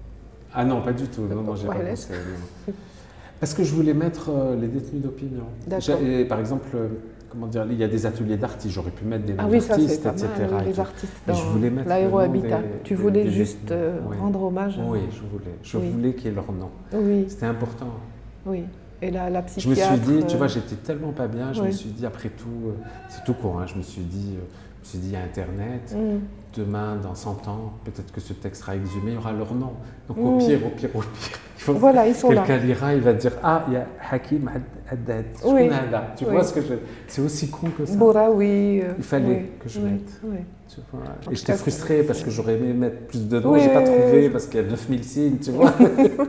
Non, j'ai pas pensé. Non. Parce que je voulais mettre les détenus d'opinion. Par exemple... Comment dire, il y a des ateliers d'artistes, j'aurais pu mettre des noms d'artistes, etc. Les artistes dans l'aérohabitat. Tu voulais juste rendre hommage à... Oui, je voulais qu'il y ait leur nom. Oui. C'était important. Oui. Et la psychiatre... Je me suis dit, tu vois, j'étais tellement pas bien, je me suis dit, après tout, c'est tout court, je me suis dit, il y a Internet, demain, dans 100 ans, peut-être que ce texte sera exhumé, il y aura leur nom. Donc au pire, voilà, ils sont là. Quelqu'un lira, il va dire, il y a Hakim Haddad. Tu vois ce que c'est aussi con que ça. Boraoui. Il fallait que je mette. Tu vois. Et j'étais frustrée parce que j'aurais aimé mettre plus de noms, j'ai pas trouvé parce qu'il y a 9000 signes, tu vois.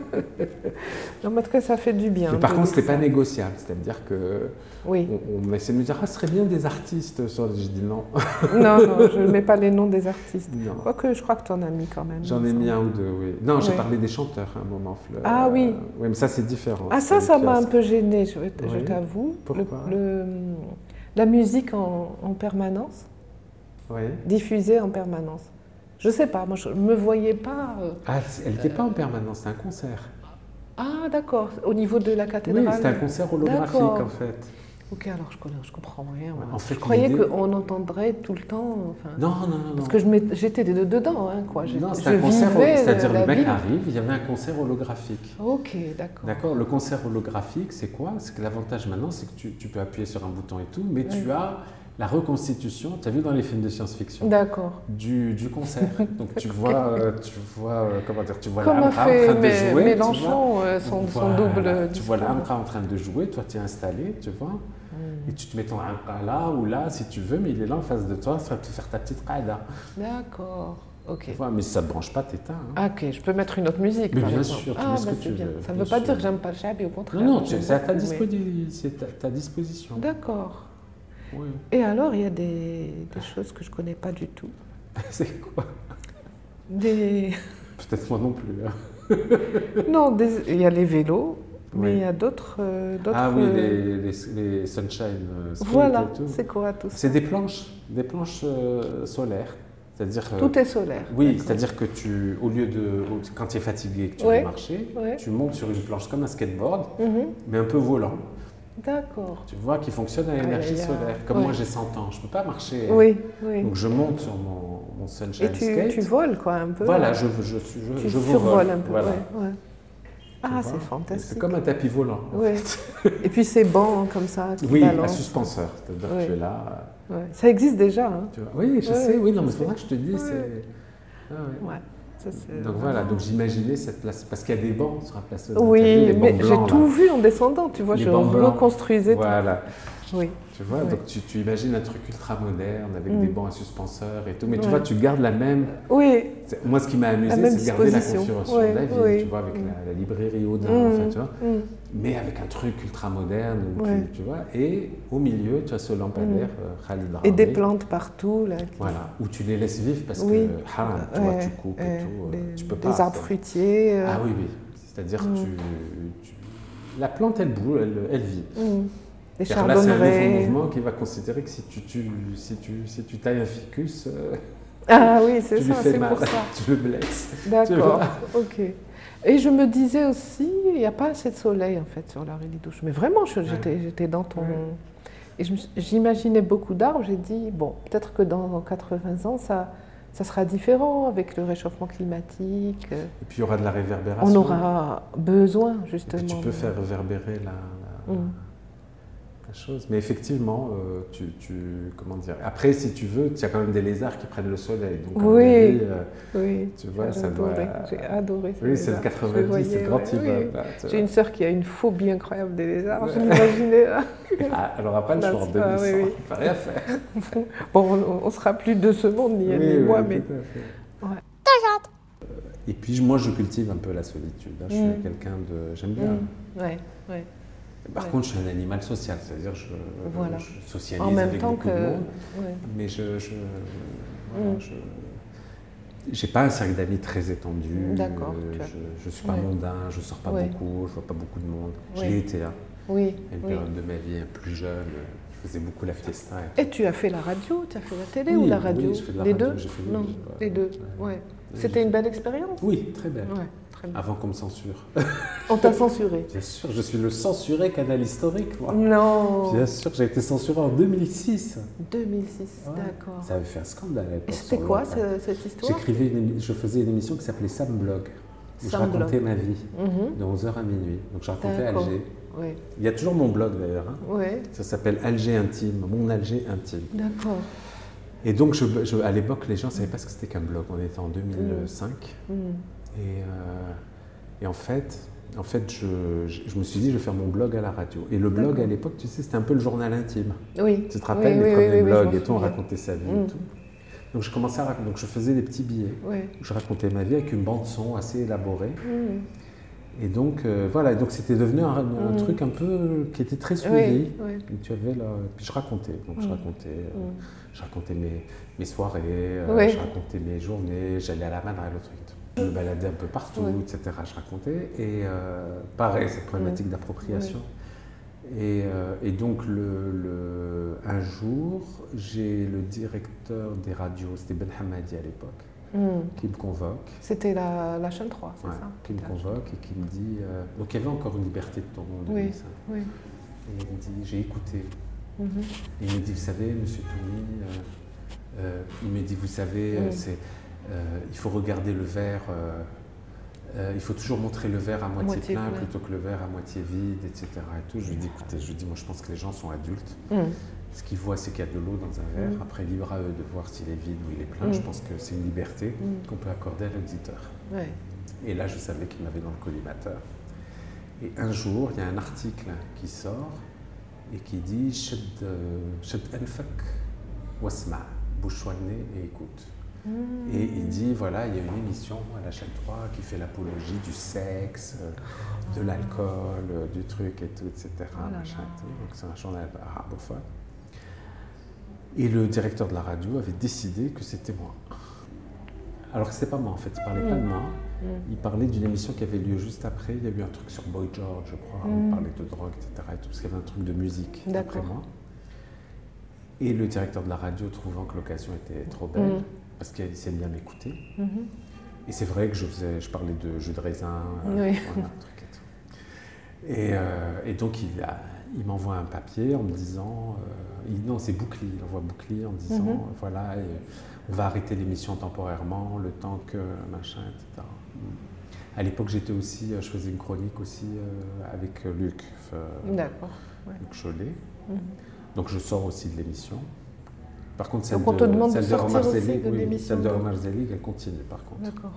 En tout cas, ça fait du bien. Mais par contre, c'était pas négociable, c'est-à-dire que on essaie de me dire, ce serait bien des artistes. J'ai dit non. Non, je ne mets pas les noms des artistes. Quoique, je crois que tu en as mis quand même. J'en ai mis un ou deux, oui. Non, j'ai parlé des chanteurs à un moment. Ah oui. Oui, mais ça, c'est différent. Ah, ça m'a un peu gênée, je t'avoue. Pourquoi la musique en permanence, diffusée en permanence. Je sais pas, moi, je ne me voyais pas... elle n'était pas en permanence, c'est un concert. Ah, d'accord. Au niveau de la cathédrale. Oui, c'était un concert holographique, en fait. Ok, alors je comprends rien. En fait, je croyais qu'on entendrait tout le temps. Non. Parce que j'étais dedans, quoi. Non, c'était un concert, c'est-à-dire le mec arrive, il y avait un concert holographique. Ok, d'accord. D'accord, le concert holographique, c'est quoi ? C'est que l'avantage maintenant, c'est que tu peux appuyer sur un bouton et tout, mais tu as la reconstitution, tu as vu dans les films de science-fiction, du concert. Donc tu vois comment dire, tu vois l'Amra en train de jouer. Mélenchon, son double. Tu vois l'Amra en train de jouer, toi tu es installé, tu vois, et tu te mets ton Amra là ou là si tu veux, mais il est là en face de toi, ça va te faire ta petite qaïda. D'accord. Ok. Tu vois, mais ça ne branche pas tes teins. Ok, je peux mettre une autre musique. Mais bien sûr, tu mets ce que tu veux. Ça ne veut pas dire que j'aime pas le chabi, au contraire. Non, c'est à ta disposition. D'accord. Oui. Et alors, il y a des choses que je ne connais pas du tout. C'est quoi ? Des... Peut-être moi non plus. Non, il y a les vélos, mais Oui. il y a d'autres. Ah oui, les Sunshine Skate Voilà, et tout. c'est quoi tout ça? C'est des planches solaires. C'est-à-dire, Tout est solaire. oui, d'accord. c'est-à-dire que quand tu es fatigué et que tu Ouais. veux marcher, Ouais. tu montes sur une planche comme un skateboard, Mhm. mais un peu volant. D'accord. Tu vois, qui fonctionne à l'énergie Aïe, aïe, aïe. solaire. Comme Ouais. moi, j'ai 100 ans, je ne peux pas marcher. Oui, oui. Donc je monte sur mon Sunshine Et Skate. tu voles quoi un peu? Voilà, je Tu vous survoles vole. un peu. Voilà. Ouais, ouais. Tu Ah, vois. c'est fantastique. C'est comme un tapis volant. en Ouais. fait. Et puis ces bancs comme ça qui Oui, à balancent. suspenseur. C'est-à-dire Ouais. que tu es là. Ouais. Ça existe déjà. Hein. Tu vois. Oui, je Ouais, sais, oui, non, mais je c'est pour ça sais. que je te dis, Ouais. c'est. Ah ouais. Ouais. Ça, c'est Donc voilà, donc j'imaginais cette place, parce qu'il y a des bancs sur la place. Oui, les bancs mais j'ai blancs, tout là. vu en descendant, tu vois, Les je bancs blancs. reconstruisais tout. Voilà, Oui. tu vois, Ouais. donc tu imagines un truc ultra moderne avec des bancs à suspenseurs et tout, mais tu Ouais. vois, tu gardes la même. Oui, Moi, ce qui m'a amusé, même c'est de garder la disposition. configuration Ouais, de la ville, oui. tu vois, avec la librairie Audin, Mmh, enfin, tu vois, mmh. mais avec un truc ultra moderne, Ouais. tu vois, et au milieu, tu as ce lampadaire Khalid Et des Rami, plantes partout, là. voilà, où tu les laisses vivre parce Oui. que haram, tu vois, tu coupes et tout, tu peux pas. Des arbres fruitiers. Ah oui, oui. C'est-à-dire la plante, elle bouge, elle vit. Des Car là, c'est un nouveau chardonnerets. mouvement qui va considérer que si tu tailles un ficus, Ah oui, c'est tu lui ça, fais c'est mal, pour ça. tu le blesses. Tu D'accord, vois. ok. Et je me disais aussi, il n'y a pas assez de soleil en fait sur la Rélie-Douche. Mais vraiment, j'étais dans ton. Ouais. Et j'imaginais beaucoup d'arbres. J'ai dit, bon, peut-être que dans 80 ans, ça sera différent avec le réchauffement climatique. Et puis il y aura de la réverbération. On aura besoin Et justement. puis tu peux faire réverbérer la chose. Mais effectivement, comment dire. Après, si tu veux, il y a quand même des lézards qui prennent le soleil. Donc, à mon Oui. avis, Oui, tu vois, j'ai ça doit. adoré. J'ai adoré. ces Oui, c'est le lézards. 90, Je les voyais, c'est le grand ouais, immeuble. oui. là, tu J'ai vois. une sœur qui a une phobie incroyable des lézards. Je m'imaginais. Ah, elle n'aura pas le Là, choix en c'est 2100. pas- oui, oui. Il ne peut rien faire. Bon, on sera plus de ce monde, ni elle ni moi, mais. tout à fait. Et puis moi, je cultive un peu la solitude. Hein. Je suis quelqu'un de. J'aime bien. Ouais, ouais. Par contre, je suis un animal social, c'est-à-dire Voilà. je socialise En même avec temps beaucoup que. de monde, Ouais. mais j'ai pas un cercle d'amis très étendu. D'accord, Je suis pas Ouais. mondain, je sors pas Ouais. beaucoup, je vois pas beaucoup de monde. Je Ouais. l'ai été, hein. Oui. À une oui. période de ma vie plus jeune, je faisais beaucoup la fiesta. Et tout. Et tu as fait la radio, tu as fait la télé Oui, ou la oui, radio? j'ai fait de la Les radio, deux? j'ai fait Non, les deux. Ouais. C'était une belle expérience? Oui, très belle. Ouais, très bien. Avant qu'on me censure. On t'a censuré? Bien sûr, je suis le censuré canal historique, moi. Non. Bien sûr, j'ai été censuré en 2006. 2006, Ouais. d'accord. Ça avait fait un scandale à l'époque. Et c'était sur quoi l'Europe. cette histoire? Je faisais une émission qui s'appelait Sam Blog, où je Sam racontais Blog. ma vie, Mhm. de 11h à minuit. Donc je racontais D'accord. Alger. Oui. Il y a toujours mon blog d'ailleurs. Hein. Ouais, Ça s'appelle Alger Intime, mon Alger Intime. d'accord. Et donc à l'époque, les gens ne savaient pas ce que c'était qu'un blog. On était en 2005. Mm. Et en fait, je me suis dit, je vais faire mon blog à la radio. Et le blog, D'accord. à l'époque, tu sais, c'était un peu le journal intime. Oui. Tu te rappelles, Oui, les oui, premiers oui, oui, blogs je m'en et tout, on souviens. racontait sa vie Mm. et tout. Donc je commençais donc je faisais des petits billets. Oui. Où je racontais ma vie avec une bande-son assez élaborée. Mm. Et donc, voilà, donc c'était devenu un truc un peu qui était très suivi. Oui, oui. où tu avais puis je racontais. Donc je racontais mes soirées, Oui. je racontais mes journées, j'allais à la Madrid, le truc. Je me baladais un peu partout, Oui. etc. Je racontais. Et pareil, cette problématique d'appropriation. Et donc, un jour, j'ai le directeur des radios, c'était Ben Hamadi à l'époque, qui me convoque. C'était la chaîne 3, c'est Ouais, ça? qui me convoque et qui me dit. Donc, il y avait encore une liberté de ton en Oui, 2005. oui. Et il me dit, j'ai écouté. Mhm. Et il me dit, vous savez, monsieur Toumi, il me dit, vous savez, il faut regarder le verre, il faut toujours montrer le verre à moitié plein plutôt que le verre à moitié vide, etc. Et tout. Je lui dis, écoutez, moi je pense que les gens sont adultes. Ce qu'ils voient, c'est qu'il y a de l'eau dans un verre. Après, libre à eux de voir s'il est vide ou il est plein. Je pense que c'est une liberté qu'on peut accorder à l'auditeur. Ouais. Et là, je savais qu'il m'avait dans le collimateur. Et un jour, il y a un article qui sort et qui dit Shad anfak wasma, bouche-toi le nez et écoute. Et il dit voilà, il y a une émission à la chaîne 3 qui fait l'apologie du sexe, de l'alcool, du truc et tout, etc. Machin, et tout. Donc c'est un journal arabophone. Et le directeur de la radio avait décidé que c'était moi. Alors que c'était pas moi en fait, il parlait pas de moi. Il parlait d'une émission qui avait lieu juste après. Il y a eu un truc sur Boy George, je crois. Il parlait de drogue, etc. Et tout, parce qu'il y avait un truc de musique après moi. Et le directeur de la radio, trouvant que l'occasion était trop belle, parce qu'il s'est mis à m'écouter. Et c'est vrai que je parlais de jus de raisin, voilà, un truc et tout. Et donc il m'envoie un papier en me disant, non c'est Bouclier, il envoie Bouclier en disant, voilà, on va arrêter l'émission temporairement, le temps que machin, etc. À l'époque je faisais une chronique aussi avec Luc, Luc Cholet. Donc je sors aussi de l'émission. Par contre, celle de Omar Zelig, elle continue par contre. D'accord.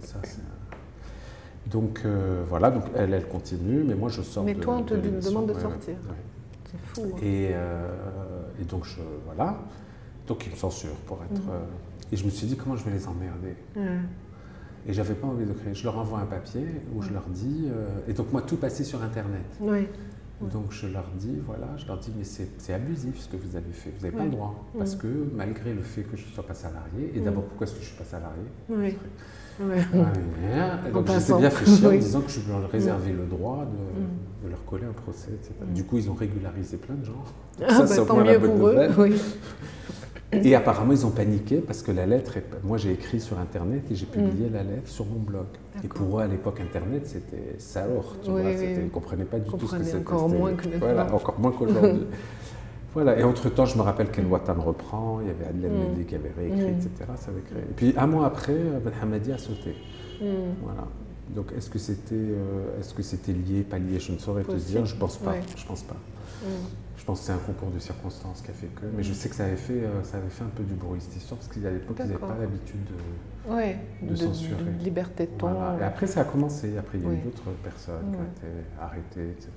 Donc voilà, donc elle continue, mais moi je sors de l'émission. Mais toi, on te demande de sortir. C'est fou. Hein. Et donc voilà, donc ils me censurent pour être. Et je me suis dit comment je vais les emmerder. Et j'avais pas envie de créer. Je leur envoie un papier où je leur dis. Et donc moi tout passait sur Internet. Donc je leur dis, mais c'est abusif ce que vous avez fait, vous n'avez pas le droit. Parce que malgré le fait que je ne sois pas salarié, et d'abord pourquoi est-ce que je ne suis pas salarié Et donc je m'étais bien fait chier en disant que je leur réservais le droit de leur coller un procès, etc. Du coup ils ont régularisé plein de gens. C'est tant mieux pour eux. Et apparemment ils ont paniqué parce que la lettre, moi j'ai écrit sur Internet et j'ai publié la lettre sur mon blog. Et pour eux à l'époque Internet c'était Saor, tu vois, ils ne comprenaient pas du tout ce que c'était. Encore moins que maintenant. Voilà, encore moins qu'aujourd'hui. Voilà, et entre-temps je me rappelle qu'El Watan reprend, il y avait Adel Mehdi qui avait réécrit, etc. Ça avait créé. Et puis un mois après, Ben Hamadi a sauté. Voilà. Donc est-ce que c'était lié, pas lié, je ne saurais te dire, je pense pas. Je pense pas. Je pense que c'est un concours de circonstances qui a fait que. Mais je sais que ça avait fait un peu du bruit cette histoire, parce qu'à l'époque, ils n'avaient pas l'habitude de censurer. De liberté de ton. Voilà. Et après, ça a commencé. Après, il y a eu d'autres personnes qui ont été arrêtées, etc.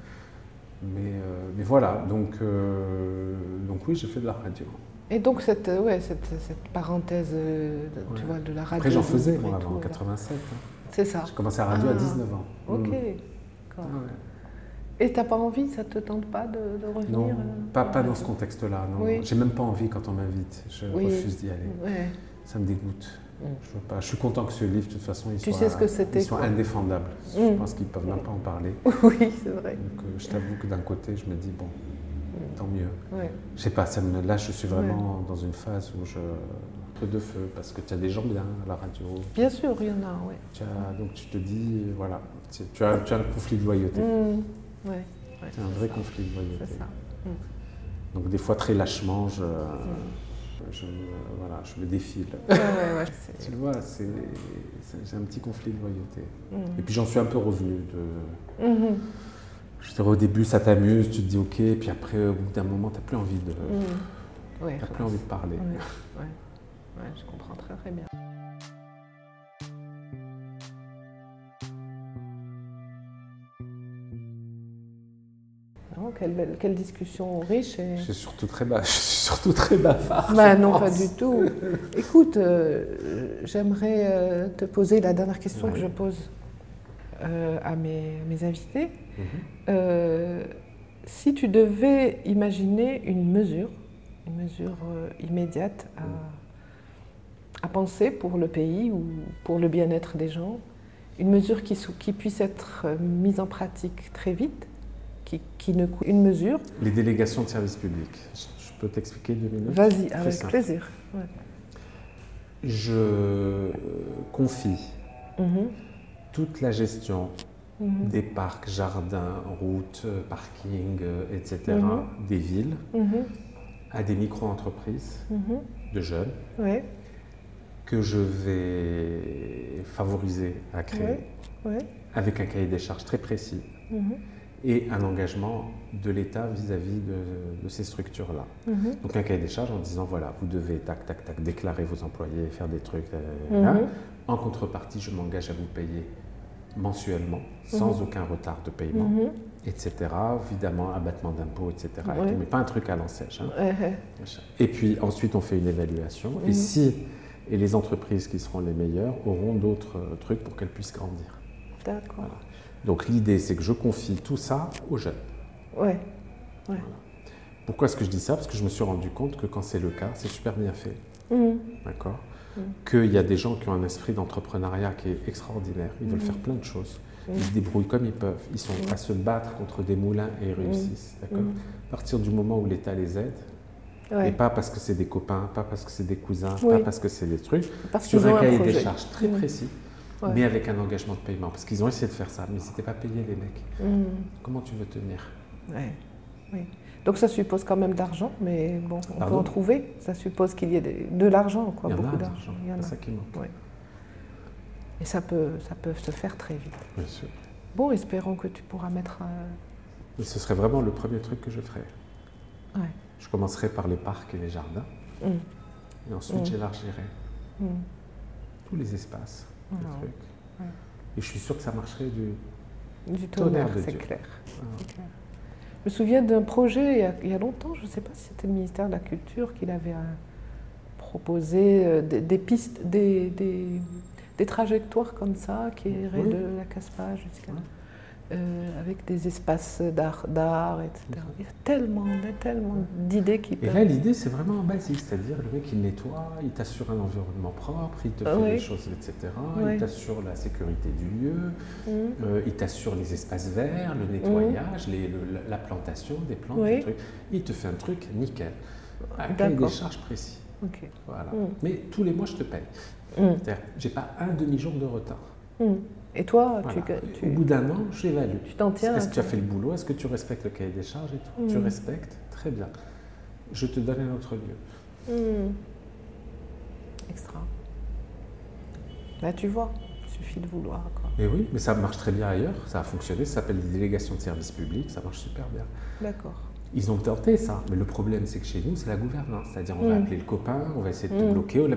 Mais voilà, donc oui, j'ai fait de la radio. Et donc cette parenthèse tu vois, de la radio. Après, j'en faisais, moi, avant, en 87. C'est ça. J'ai commencé la radio à 19 ans. Ok, d'accord. Et t'as pas envie, ça te tente pas de revenir? Non, pas dans ce contexte-là, non. J'ai même pas envie quand on m'invite, je refuse d'y aller. Ça me dégoûte. Je veux pas. Je suis content que ce livre, de toute façon, il soit indéfendable. Je pense qu'ils peuvent même pas en parler. Oui, c'est vrai. Donc je t'avoue que d'un côté, je me dis, bon, tant mieux. Je sais pas, là je suis vraiment dans une phase où entre deux feux, parce que tu as des gens bien à la radio. Bien sûr, il y en a, oui. Donc tu te dis, voilà, tu as un conflit de loyauté. C'est un vrai conflit de loyauté. C'est ça. Donc des fois très lâchement, je me défile. Tu vois, c'est un petit conflit de loyauté. Et puis j'en suis un peu revenu je dirais au début ça t'amuse, tu te dis ok, et puis après au bout d'un moment t'as plus envie de plus envie de parler. Je comprends très très bien. Quelle discussion riche. Je suis surtout très bavard. Non, pas du tout. Écoute, j'aimerais te poser la dernière question que je pose à mes invités. Si tu devais imaginer une mesure immédiate à penser pour le pays ou pour le bien-être des gens, une mesure qui puisse être mise en pratique très vite, une mesure. Les délégations de service public. Je peux t'expliquer 2 minutes? Vas-y, avec plaisir. Je confie toute la gestion des parcs, jardins, routes, parkings, etc., des villes, à des micro-entreprises de jeunes que je vais favoriser à créer avec un cahier des charges très précis. Et un engagement de l'État vis-à-vis de ces structures-là. Donc un cahier des charges en disant, voilà, vous devez, tac, tac, tac, déclarer vos employés, faire des trucs. En contrepartie, je m'engage à vous payer mensuellement, sans aucun retard de paiement, etc. Évidemment, abattement d'impôts, etc. Mais pas un truc à l'ancêtre. Et puis ensuite, on fait une évaluation. Et les entreprises qui seront les meilleures auront d'autres trucs pour qu'elles puissent grandir. D'accord. Voilà. Donc l'idée, c'est que je confie tout ça aux jeunes. Voilà. Pourquoi est-ce que je dis ça? Parce que je me suis rendu compte que quand c'est le cas, c'est super bien fait. D'accord. qu'il y a des gens qui ont un esprit d'entrepreneuriat qui est extraordinaire. Ils veulent faire plein de choses. Ils se débrouillent comme ils peuvent. Ils sont à se battre contre des moulins et ils réussissent. D'accord. À partir du moment où l'État les aide, et pas parce que c'est des copains, pas parce que c'est des cousins, pas parce que c'est des trucs, sur un cahier des charges très précis, mais avec un engagement de paiement. Parce qu'ils ont essayé de faire ça, mais ils n'étaient pas payés, les mecs. Comment tu veux tenir? Oui. Donc ça suppose quand même de l'argent, mais bon, on peut en trouver. Ça suppose qu'il y ait de l'argent, quoi, beaucoup d'argent. C'est ça qui manque. Oui. Et ça peut se faire très vite. Bien sûr. Bon, espérons que tu pourras mettre... Mais ce serait vraiment le premier truc que je ferais. Ouais. Je commencerai par les parcs et les jardins, et ensuite j'élargirai tous les espaces, les trucs. Et je suis sûr que ça marcherait du tonnerre de Dieu. C'est clair. Je me souviens d'un projet il y a longtemps, je ne sais pas si c'était le ministère de la Culture qui l'avait proposé, des pistes, des trajectoires comme ça qui iraient de la Casbah jusqu'à... avec des espaces d'art, etc. Il y a tellement d'idées qui peuvent... Et là, l'idée, c'est vraiment basique, c'est-à-dire le mec, il nettoie, il t'assure un environnement propre, il te fait des choses, etc. Il t'assure la sécurité du lieu, il t'assure les espaces verts, le nettoyage, la plantation des plantes, des trucs. Il te fait un truc nickel, avec des charges précis. Okay. Voilà. Mais tous les mois, je te paye. C'est-à-dire, j'ai pas un demi-jour de retard. Et toi, au bout d'un an, j'évalue. Tu t'en tiens. Est-ce que tu as fait le boulot? Est-ce que tu respectes le cahier des charges et tout? Tu respectes? Très bien. Je te donne un autre lieu. Extra. Là, tu vois, il suffit de vouloir, quoi. Et oui, mais ça marche très bien ailleurs. Ça a fonctionné. Ça s'appelle des délégations de services publics. Ça marche super bien. D'accord. Ils ont tenté ça, mais le problème c'est que chez nous c'est la gouvernance, c'est-à-dire on va appeler le copain, on va essayer de te bloquer, ou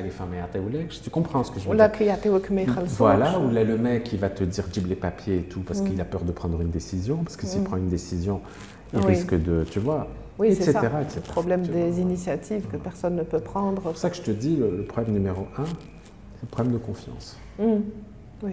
tu comprends ce que je veux dire? Voilà, ou là le mec il va te dire jib les papiers et tout parce qu'il a peur de prendre une décision, parce que s'il prend une décision, il risque de, tu vois, etc. etc. Le problème des initiatives que personne ne peut prendre. C'est pour ça que je te dis, le problème numéro 1, c'est le problème de confiance. Oui.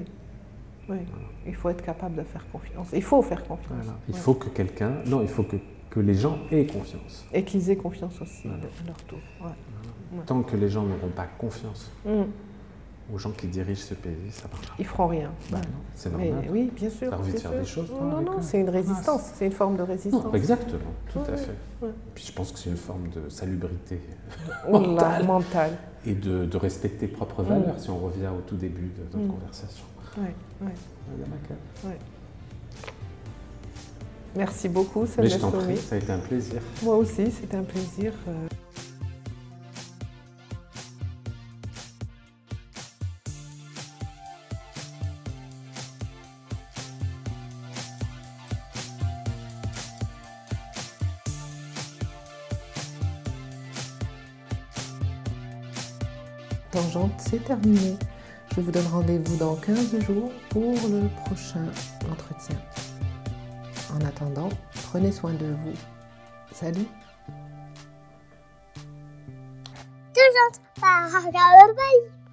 Il faut être capable de faire confiance. Il faut faire confiance. Voilà. Il faut que quelqu'un, il faut que les gens aient confiance. Et qu'ils aient confiance aussi à leur tour. Tant que les gens n'auront pas confiance aux gens qui dirigent ce pays, ça marchera. Ils feront rien. Non, c'est normal. Mais, oui, bien sûr. T'as envie de faire des choses, toi, Non, c'est une résistance. C'est une forme de résistance. Non, exactement, tout à fait. Puis je pense que c'est une forme de salubrité mentale. Et de respecter tes propres valeurs, si on revient au tout début de notre conversation. Merci beaucoup, mais je t'en prie, ça a été un plaisir. Moi aussi, c'était un plaisir. Tangente, c'est terminé. Je vous donne rendez-vous dans 15 jours pour le prochain entretien. En attendant, prenez soin de vous. Salut. Tangente,